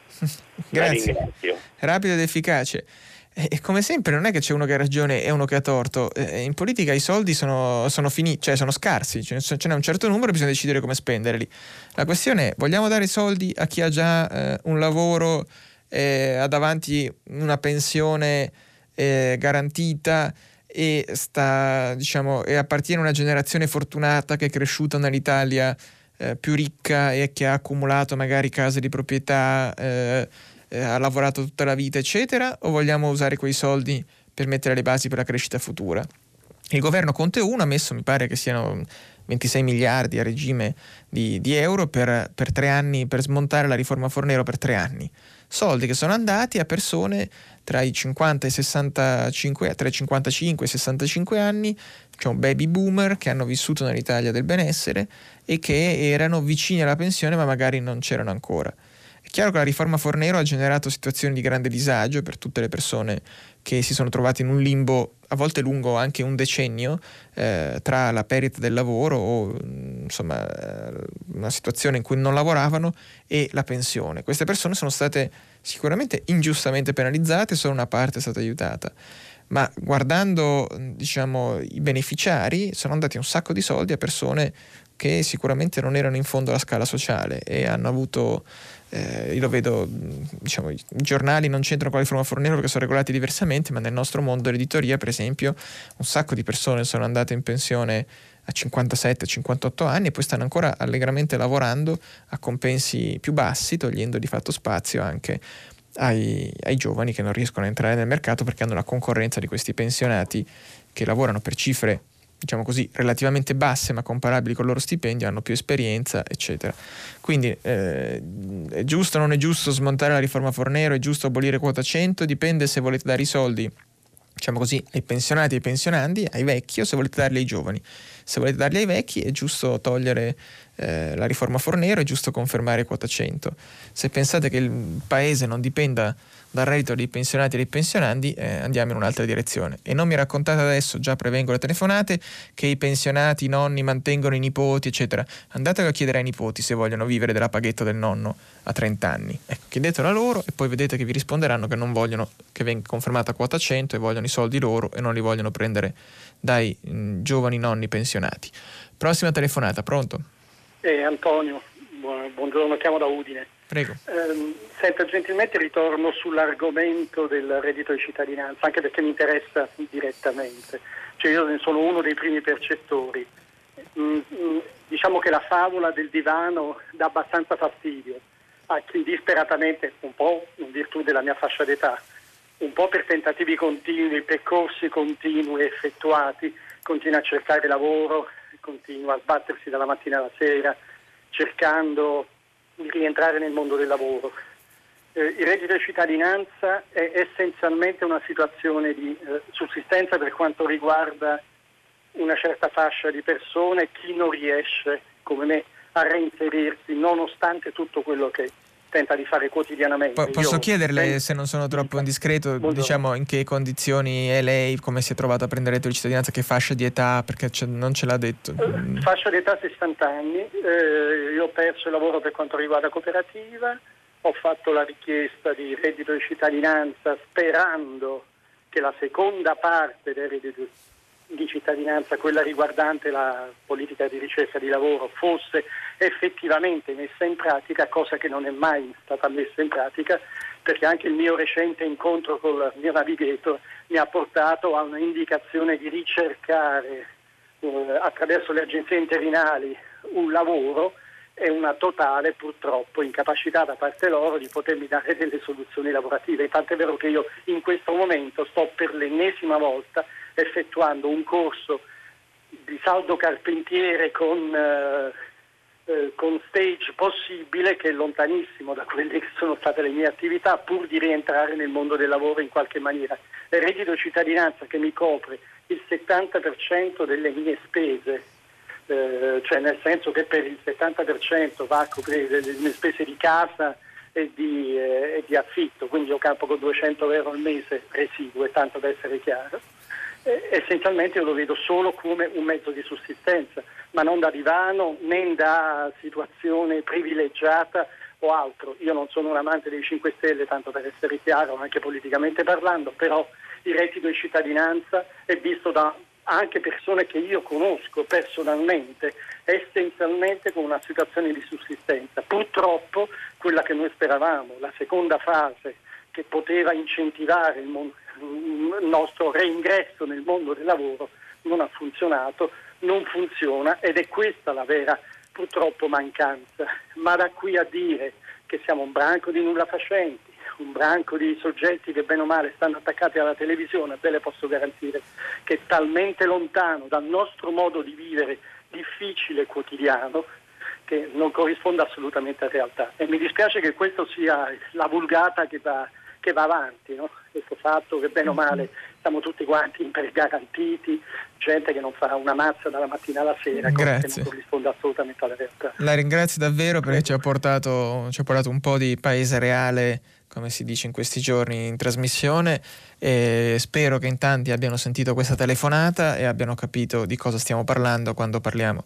[SPEAKER 2] Grazie.
[SPEAKER 9] La ringrazio.
[SPEAKER 2] Rapido ed efficace. E come sempre non è che c'è uno che ha ragione e uno che ha torto. Eh, in politica i soldi sono, sono finiti, cioè sono scarsi, ce n'è un certo numero e bisogna decidere come spenderli. La questione è: vogliamo dare soldi a chi ha già eh, un lavoro, eh, ha davanti una pensione eh, garantita e sta, diciamo, e appartiene a una generazione fortunata che è cresciuta nell'Italia eh, più ricca e che ha accumulato magari case di proprietà, eh, Eh, ha lavorato tutta la vita, eccetera, o vogliamo usare quei soldi per mettere le basi per la crescita futura? Il governo Conte uno ha messo, mi pare che siano ventisei miliardi a regime di, di euro per, per tre anni, per smontare la riforma Fornero per tre anni. Soldi che sono andati a persone tra i cinquanta e i sessantacinque, tra i cinquantacinque e i sessantacinque anni, cioè un baby boomer che hanno vissuto nell'Italia del benessere e che erano vicini alla pensione ma magari non c'erano ancora. È chiaro che la riforma Fornero ha generato situazioni di grande disagio per tutte le persone che si sono trovate in un limbo, a volte lungo anche un decennio, eh, tra la perdita del lavoro o insomma una situazione in cui non lavoravano e la pensione. Queste persone sono state sicuramente ingiustamente penalizzate, solo una parte è stata aiutata. ma guardando, diciamo, i beneficiari, sono andati un sacco di soldi a persone che sicuramente non erano in fondo alla scala sociale e hanno avuto, eh, io lo vedo, diciamo, i giornali non c'entrano con la riforma Fornero perché sono regolati diversamente, ma nel nostro mondo dell'editoria, per esempio, un sacco di persone sono andate in pensione a cinquantasette cinquantotto anni e poi stanno ancora allegramente lavorando a compensi più bassi, togliendo di fatto spazio anche ai, ai giovani che non riescono a entrare nel mercato perché hanno la concorrenza di questi pensionati che lavorano per cifre, diciamo così, relativamente basse ma comparabili con il loro stipendio, hanno più esperienza, eccetera. Quindi eh, è giusto o non è giusto smontare la riforma Fornero, è giusto abolire quota cento, dipende se volete dare i soldi, diciamo così, ai pensionati e ai pensionandi, ai vecchi, o se volete darli ai giovani. Se volete darli ai vecchi è giusto togliere eh, la riforma Fornero, è giusto confermare quota cento. Se pensate che il paese non dipenda dal reddito dei pensionati e dei pensionandi, eh, andiamo in un'altra direzione. E non mi raccontate adesso, già prevengo le telefonate, che i pensionati, i nonni mantengono i nipoti, eccetera. Andate a chiedere ai nipoti se vogliono vivere della paghetta del nonno a trenta anni. Ecco, chiedetelo a loro e poi vedete che vi risponderanno che non vogliono che venga confermata quota cento e vogliono i soldi loro e non li vogliono prendere dai mh, giovani nonni pensionati. Prossima telefonata, pronto?
[SPEAKER 10] Eh, Antonio, buongiorno, chiamo da Udine.
[SPEAKER 2] Prego.
[SPEAKER 10] Eh, senta, gentilmente ritorno sull'argomento del reddito di cittadinanza, anche perché mi interessa direttamente. Cioè io ne sono uno dei primi percettori. Mm, mm, diciamo che la favola del divano dà abbastanza fastidio a chi disperatamente, un po' in virtù della mia fascia d'età, un po' per tentativi continui, percorsi continui effettuati, continua a cercare lavoro, continua a sbattersi dalla mattina alla sera, cercando di rientrare nel mondo del lavoro. Eh, il reddito di cittadinanza è essenzialmente una situazione di eh, sussistenza per quanto riguarda una certa fascia di persone, chi non riesce, come me, a reinserirsi nonostante tutto quello che tenta di fare quotidianamente.
[SPEAKER 2] Po- posso
[SPEAKER 10] Io,
[SPEAKER 2] chiederle,
[SPEAKER 10] eh,
[SPEAKER 2] se non sono troppo indiscreto,
[SPEAKER 10] Buongiorno.
[SPEAKER 2] diciamo, in che condizioni è lei, come si è trovata a prendere il reddito di cittadinanza, che fascia di età, perché ce- non ce l'ha detto.
[SPEAKER 10] Eh, fascia di età sessanta anni, eh, io ho perso il lavoro per quanto riguarda cooperativa, ho fatto la richiesta di reddito di cittadinanza sperando che la seconda parte del reddito di cittadinanza, quella riguardante la politica di ricerca di lavoro, fosse effettivamente messa in pratica, cosa che non è mai stata messa in pratica, perché anche il mio recente incontro con il mio navigator mi ha portato a una indicazione di ricercare eh, attraverso le agenzie interinali un lavoro e una totale, purtroppo, incapacità da parte loro di potermi dare delle soluzioni lavorative. Tant'è vero che io in questo momento sto per l'ennesima volta effettuando un corso di saldo carpentiere con, eh, eh, con stage possibile, che è lontanissimo da quelle che sono state le mie attività, pur di rientrare nel mondo del lavoro in qualche maniera. Il reddito di cittadinanza che mi copre il settanta per cento delle mie spese, eh, cioè nel senso che per il settanta per cento va a coprire le mie spese di casa e di, eh, e di affitto, quindi io campo con duecento euro al mese residue, tanto da essere chiaro. Essenzialmente io lo vedo solo come un mezzo di sussistenza, ma non da divano né da situazione privilegiata o altro. Io non sono un amante dei cinque Stelle, tanto per essere chiaro, anche politicamente parlando, però il reddito di cittadinanza è visto da anche persone che io conosco personalmente essenzialmente come una situazione di sussistenza. Purtroppo quella che noi speravamo, la seconda fase che poteva incentivare il mondo, il nostro reingresso nel mondo del lavoro, non ha funzionato, non funziona, ed è questa la vera purtroppo mancanza. Ma da qui a dire che siamo un branco di nulla facenti, un branco di soggetti che bene o male stanno attaccati alla televisione, ve le posso garantire che è talmente lontano dal nostro modo di vivere difficile quotidiano che non corrisponde assolutamente a realtà. E mi dispiace che questo sia la vulgata che va che va avanti, no? Questo fatto che bene o male siamo tutti quanti ipergarantiti, gente che non fa una mazza dalla mattina alla sera, cosa che non corrisponde assolutamente alla realtà.
[SPEAKER 2] La ringrazio davvero perché ci ha portato, ci ha portato un po' di paese reale, come si dice in questi giorni in trasmissione, e spero che in tanti abbiano sentito questa telefonata e abbiano capito di cosa stiamo parlando quando parliamo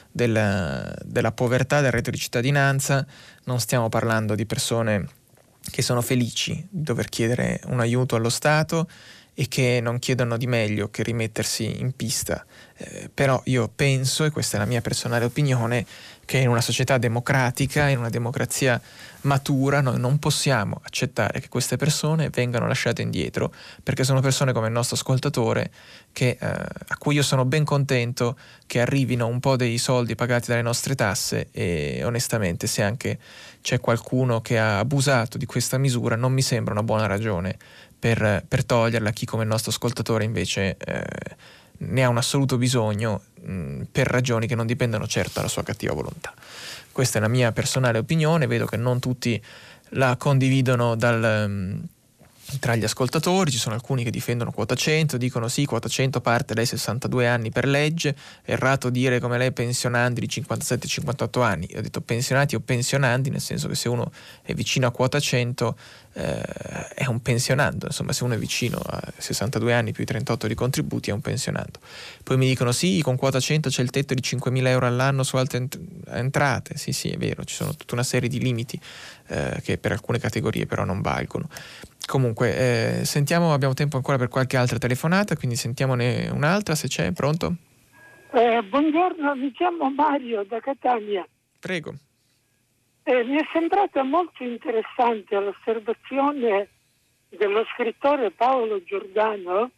[SPEAKER 2] della, della povertà, del reddito di cittadinanza. Non stiamo parlando di persone che sono felici di dover chiedere un aiuto allo Stato e che non chiedono di meglio che rimettersi in pista. Eh, però io penso, e questa è la mia personale opinione, che in una società democratica, in una democrazia matura, noi non possiamo accettare che queste persone vengano lasciate indietro, perché sono persone come il nostro ascoltatore che, eh, a cui io sono ben contento che arrivino un po' dei soldi pagati dalle nostre tasse, e onestamente se anche c'è qualcuno che ha abusato di questa misura non mi sembra una buona ragione per, per toglierla a chi come il nostro ascoltatore invece eh, ne ha un assoluto bisogno mh, per ragioni che non dipendono certo dalla sua cattiva volontà. Questa è la mia personale opinione, vedo che non tutti la condividono dal, mh, tra gli ascoltatori, ci sono alcuni che difendono quota cento, dicono sì, quota cento parte dai sessantadue anni per legge, è errato dire come lei pensionandi di cinquantasette cinquantotto anni. Io ho detto pensionati o pensionandi, nel senso che se uno è vicino a quota cento eh, è un pensionando, insomma se uno è vicino a sessantadue anni più i trentotto di contributi è un pensionando. Poi mi dicono sì, con quota cento c'è il tetto di cinquemila euro all'anno su altre ent- entrate, sì sì è vero, ci sono tutta una serie di limiti eh, che per alcune categorie però non valgono. Comunque, eh, sentiamo, abbiamo tempo ancora per qualche altra telefonata, quindi sentiamone un'altra se c'è. Pronto?
[SPEAKER 11] Eh, buongiorno, mi chiamo Mario da Catania.
[SPEAKER 2] Prego.
[SPEAKER 11] Eh, mi è sembrata molto interessante l'osservazione dello scrittore Paolo Giordano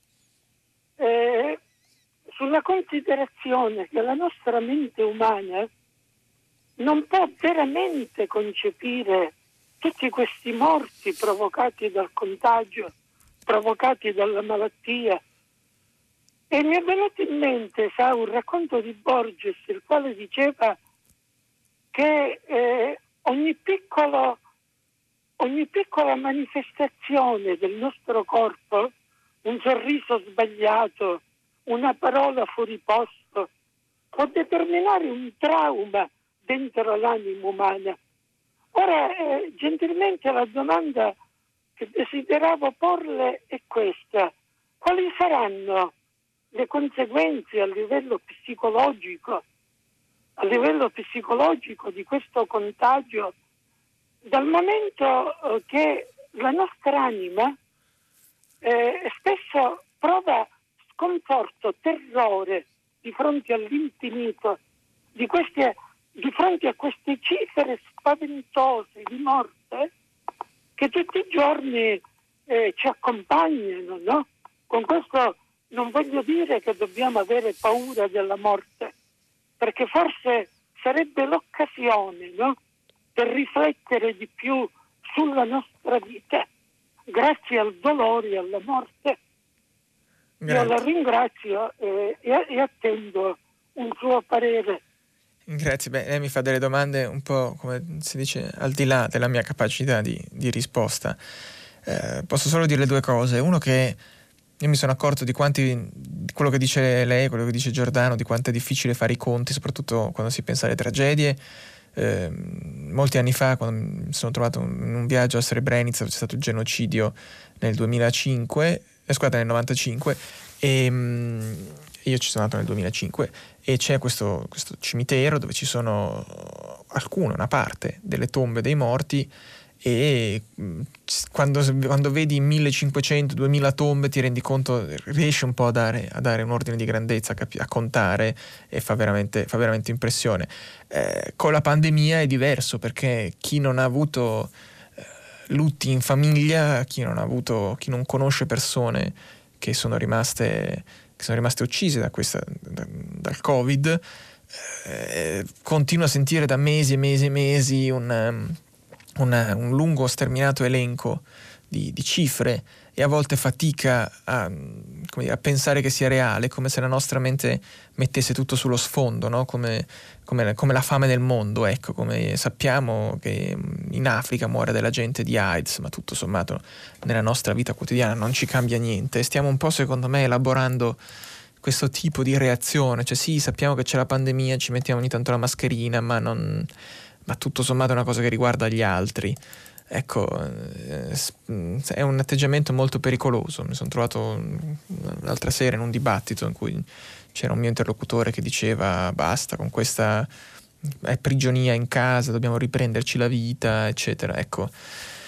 [SPEAKER 11] eh, sulla considerazione che la nostra mente umana non può veramente concepire tutti questi morti provocati dal contagio, provocati dalla malattia. E mi è venuto in mente, sa, un racconto di Borges, il quale diceva che eh, ogni piccolo, ogni piccola manifestazione del nostro corpo, un sorriso sbagliato, una parola fuori posto, può determinare un trauma dentro l'anima umana. Ora, eh, gentilmente la domanda che desideravo porle è questa. Quali saranno le conseguenze a livello psicologico, a livello psicologico di questo contagio, dal momento eh, che la nostra anima eh, spesso prova sconforto, terrore di fronte all'infinito, di queste di fronte a queste cifre spaventose di morte che tutti i giorni eh, ci accompagnano, no? Con questo non voglio dire che dobbiamo avere paura della morte, perché forse sarebbe l'occasione, no? Per riflettere di più sulla nostra vita, grazie al dolore e alla morte. Grazie. Io la ringrazio eh, e, e attendo un suo parere.
[SPEAKER 2] Grazie, beh, lei mi fa delle domande un po', come si dice, al di là della mia capacità di, di risposta. Eh, posso solo dire due cose. Uno, che io mi sono accorto di quanti, di quello che dice lei, quello che dice Giordano, di quanto è difficile fare i conti, soprattutto quando si pensa alle tragedie. Eh, molti anni fa, quando mi sono trovato in un viaggio a Srebrenica, c'è stato il genocidio nel duemilacinque, eh, scusate, nel novantacinque, e mh, io ci sono andato nel duemilacinque, e c'è questo, questo cimitero dove ci sono alcune, una parte delle tombe dei morti, e quando, quando vedi millecinquecento duemila tombe ti rendi conto, riesci un po' a dare, a dare un ordine di grandezza, a, capi- a contare, e fa veramente, fa veramente impressione. Eh, con la pandemia è diverso, perché chi non ha avuto eh, lutti in famiglia, chi non ha avuto, chi non conosce persone che sono rimaste che sono rimaste uccise da questa, da, dal Covid, eh, continua a sentire da mesi e mesi e mesi un, un, un lungo sterminato elenco di, di cifre, e a volte fatica a, come dire, a pensare che sia reale, come se la nostra mente mettesse tutto sullo sfondo, no? come, come, come la fame del mondo. Ecco, come sappiamo che in Africa muore della gente di AIDS, ma tutto sommato nella nostra vita quotidiana non ci cambia niente. Stiamo un po', secondo me, elaborando questo tipo di reazione, cioè sì, sappiamo che c'è la pandemia, ci mettiamo ogni tanto la mascherina, ma, non, ma tutto sommato è una cosa che riguarda gli altri. Ecco, è un atteggiamento molto pericoloso. Mi sono trovato l'altra sera in un dibattito in cui c'era un mio interlocutore che diceva basta con questa è prigionia in casa, dobbiamo riprenderci la vita, eccetera. Ecco,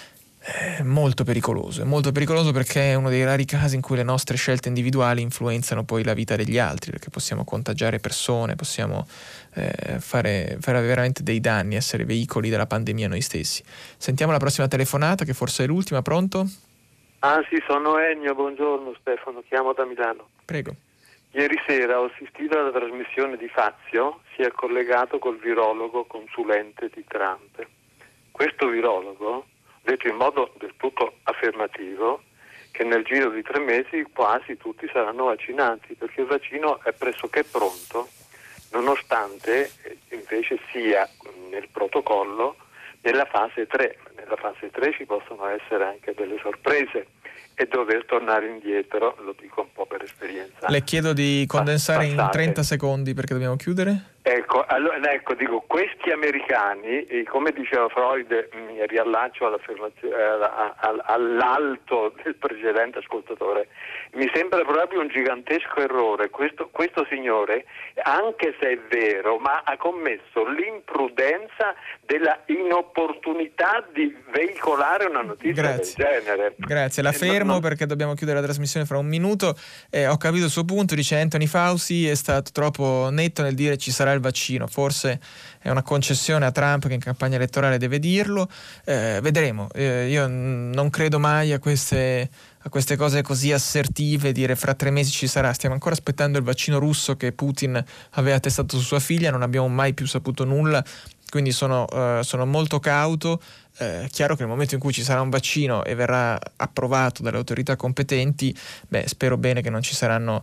[SPEAKER 2] è molto pericoloso, è molto pericoloso perché è uno dei rari casi in cui le nostre scelte individuali influenzano poi la vita degli altri, perché possiamo contagiare persone, possiamo eh, fare, fare veramente dei danni, essere veicoli della pandemia noi stessi. Sentiamo la prossima telefonata, che forse è l'ultima. Pronto?
[SPEAKER 12] Ah sì, sono Ennio, buongiorno Stefano, chiamo da Milano.
[SPEAKER 2] Prego.
[SPEAKER 12] Ieri sera ho assistito alla trasmissione di Fazio, si è collegato col virologo consulente di Trump. Questo virologo ha detto in modo del tutto affermativo che nel giro di tre mesi quasi tutti saranno vaccinati, perché il vaccino è pressoché pronto, nonostante invece sia nel protocollo nella fase tre. Nella fase tre ci possono essere anche delle sorprese e dover tornare indietro, lo dico un po' per esperienza.
[SPEAKER 2] Le chiedo di condensare
[SPEAKER 12] passate.
[SPEAKER 2] in trenta secondi perché dobbiamo chiudere.
[SPEAKER 12] Ecco, allora, ecco, dico, questi americani, e come diceva Freud, mi riallaccio all'affermazione, eh, all'alto del precedente ascoltatore, mi sembra proprio un gigantesco errore. Questo, questo signore, anche se è vero, ma ha commesso l'imprudenza della inopportunità di veicolare una notizia
[SPEAKER 2] Grazie.
[SPEAKER 12] del genere.
[SPEAKER 2] Grazie, la fermo non... perché dobbiamo chiudere la trasmissione fra un minuto. Eh, ho capito il suo punto, dice Anthony Fauci, è stato troppo netto nel dire ci sarà il vaccino, forse è una concessione a Trump che in campagna elettorale deve dirlo, eh, vedremo. Eh, io n- non credo mai a queste, a queste cose così assertive, dire fra tre mesi ci sarà. Stiamo ancora aspettando il vaccino russo che Putin aveva testato su sua figlia, non abbiamo mai più saputo nulla, quindi sono, uh, sono molto cauto. È chiaro che nel momento in cui ci sarà un vaccino e verrà approvato dalle autorità competenti, beh, spero bene che non ci saranno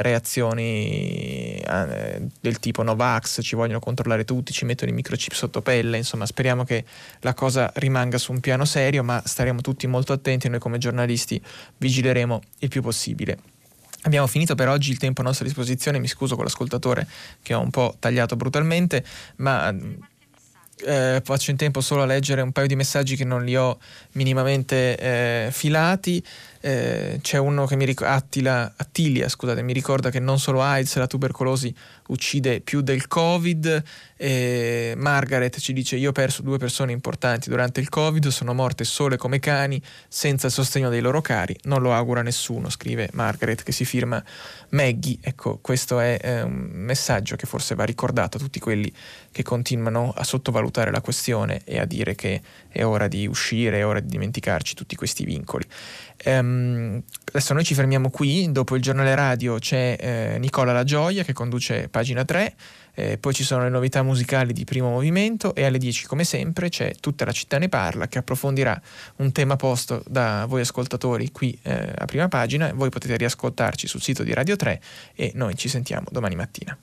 [SPEAKER 2] reazioni eh, del tipo Novax, ci vogliono controllare tutti, ci mettono i microchip sotto pelle, insomma speriamo che la cosa rimanga su un piano serio, ma staremo tutti molto attenti e noi come giornalisti vigileremo il più possibile. Abbiamo finito per oggi il tempo a nostra disposizione, mi scuso con l'ascoltatore che ho un po' tagliato brutalmente, ma... Eh, faccio in tempo solo a leggere un paio di messaggi che non li ho minimamente eh, filati. Eh, c'è uno che mi ricorda, Attila, Attilia, scusate, mi ricorda che non solo AIDS, la tubercolosi uccide più del Covid. Eh, Margaret ci dice: io ho perso due persone importanti durante il Covid, sono morte sole come cani, senza il sostegno dei loro cari, non lo augura nessuno, scrive Margaret, che si firma Maggie. Ecco, questo è eh, un messaggio che forse va ricordato a tutti quelli che continuano a sottovalutare la questione e a dire che è ora di uscire, è ora di dimenticarci tutti questi vincoli. Um, adesso noi ci fermiamo qui, dopo il giornale radio c'è eh, Nicola La Gioia che conduce Pagina tre, eh, poi ci sono le novità musicali di Primo Movimento e alle dieci come sempre c'è Tutta la città ne parla, che approfondirà un tema posto da voi ascoltatori qui eh, a Prima Pagina. Voi potete riascoltarci sul sito di Radio tre e noi ci sentiamo domani mattina.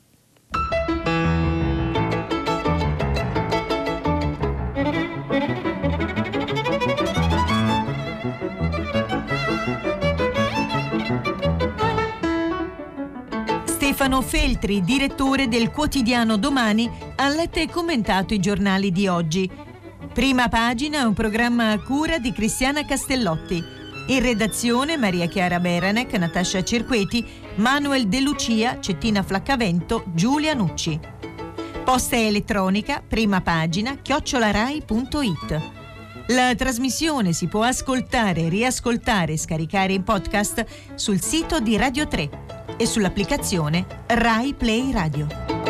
[SPEAKER 1] Stefano Feltri, direttore del quotidiano Domani, ha letto e commentato i giornali di oggi. Prima Pagina è un programma a cura di Cristiana Castellotti. In redazione Maria Chiara Beranec, Natascia Cerqueti, Manuel De Lucia, Cettina Flaccavento, Giulia Nucci. Posta elettronica prima pagina chiocciolarai punto it. La trasmissione si può ascoltare, riascoltare e scaricare in podcast sul sito di Radio tre e sull'applicazione Rai Play Radio.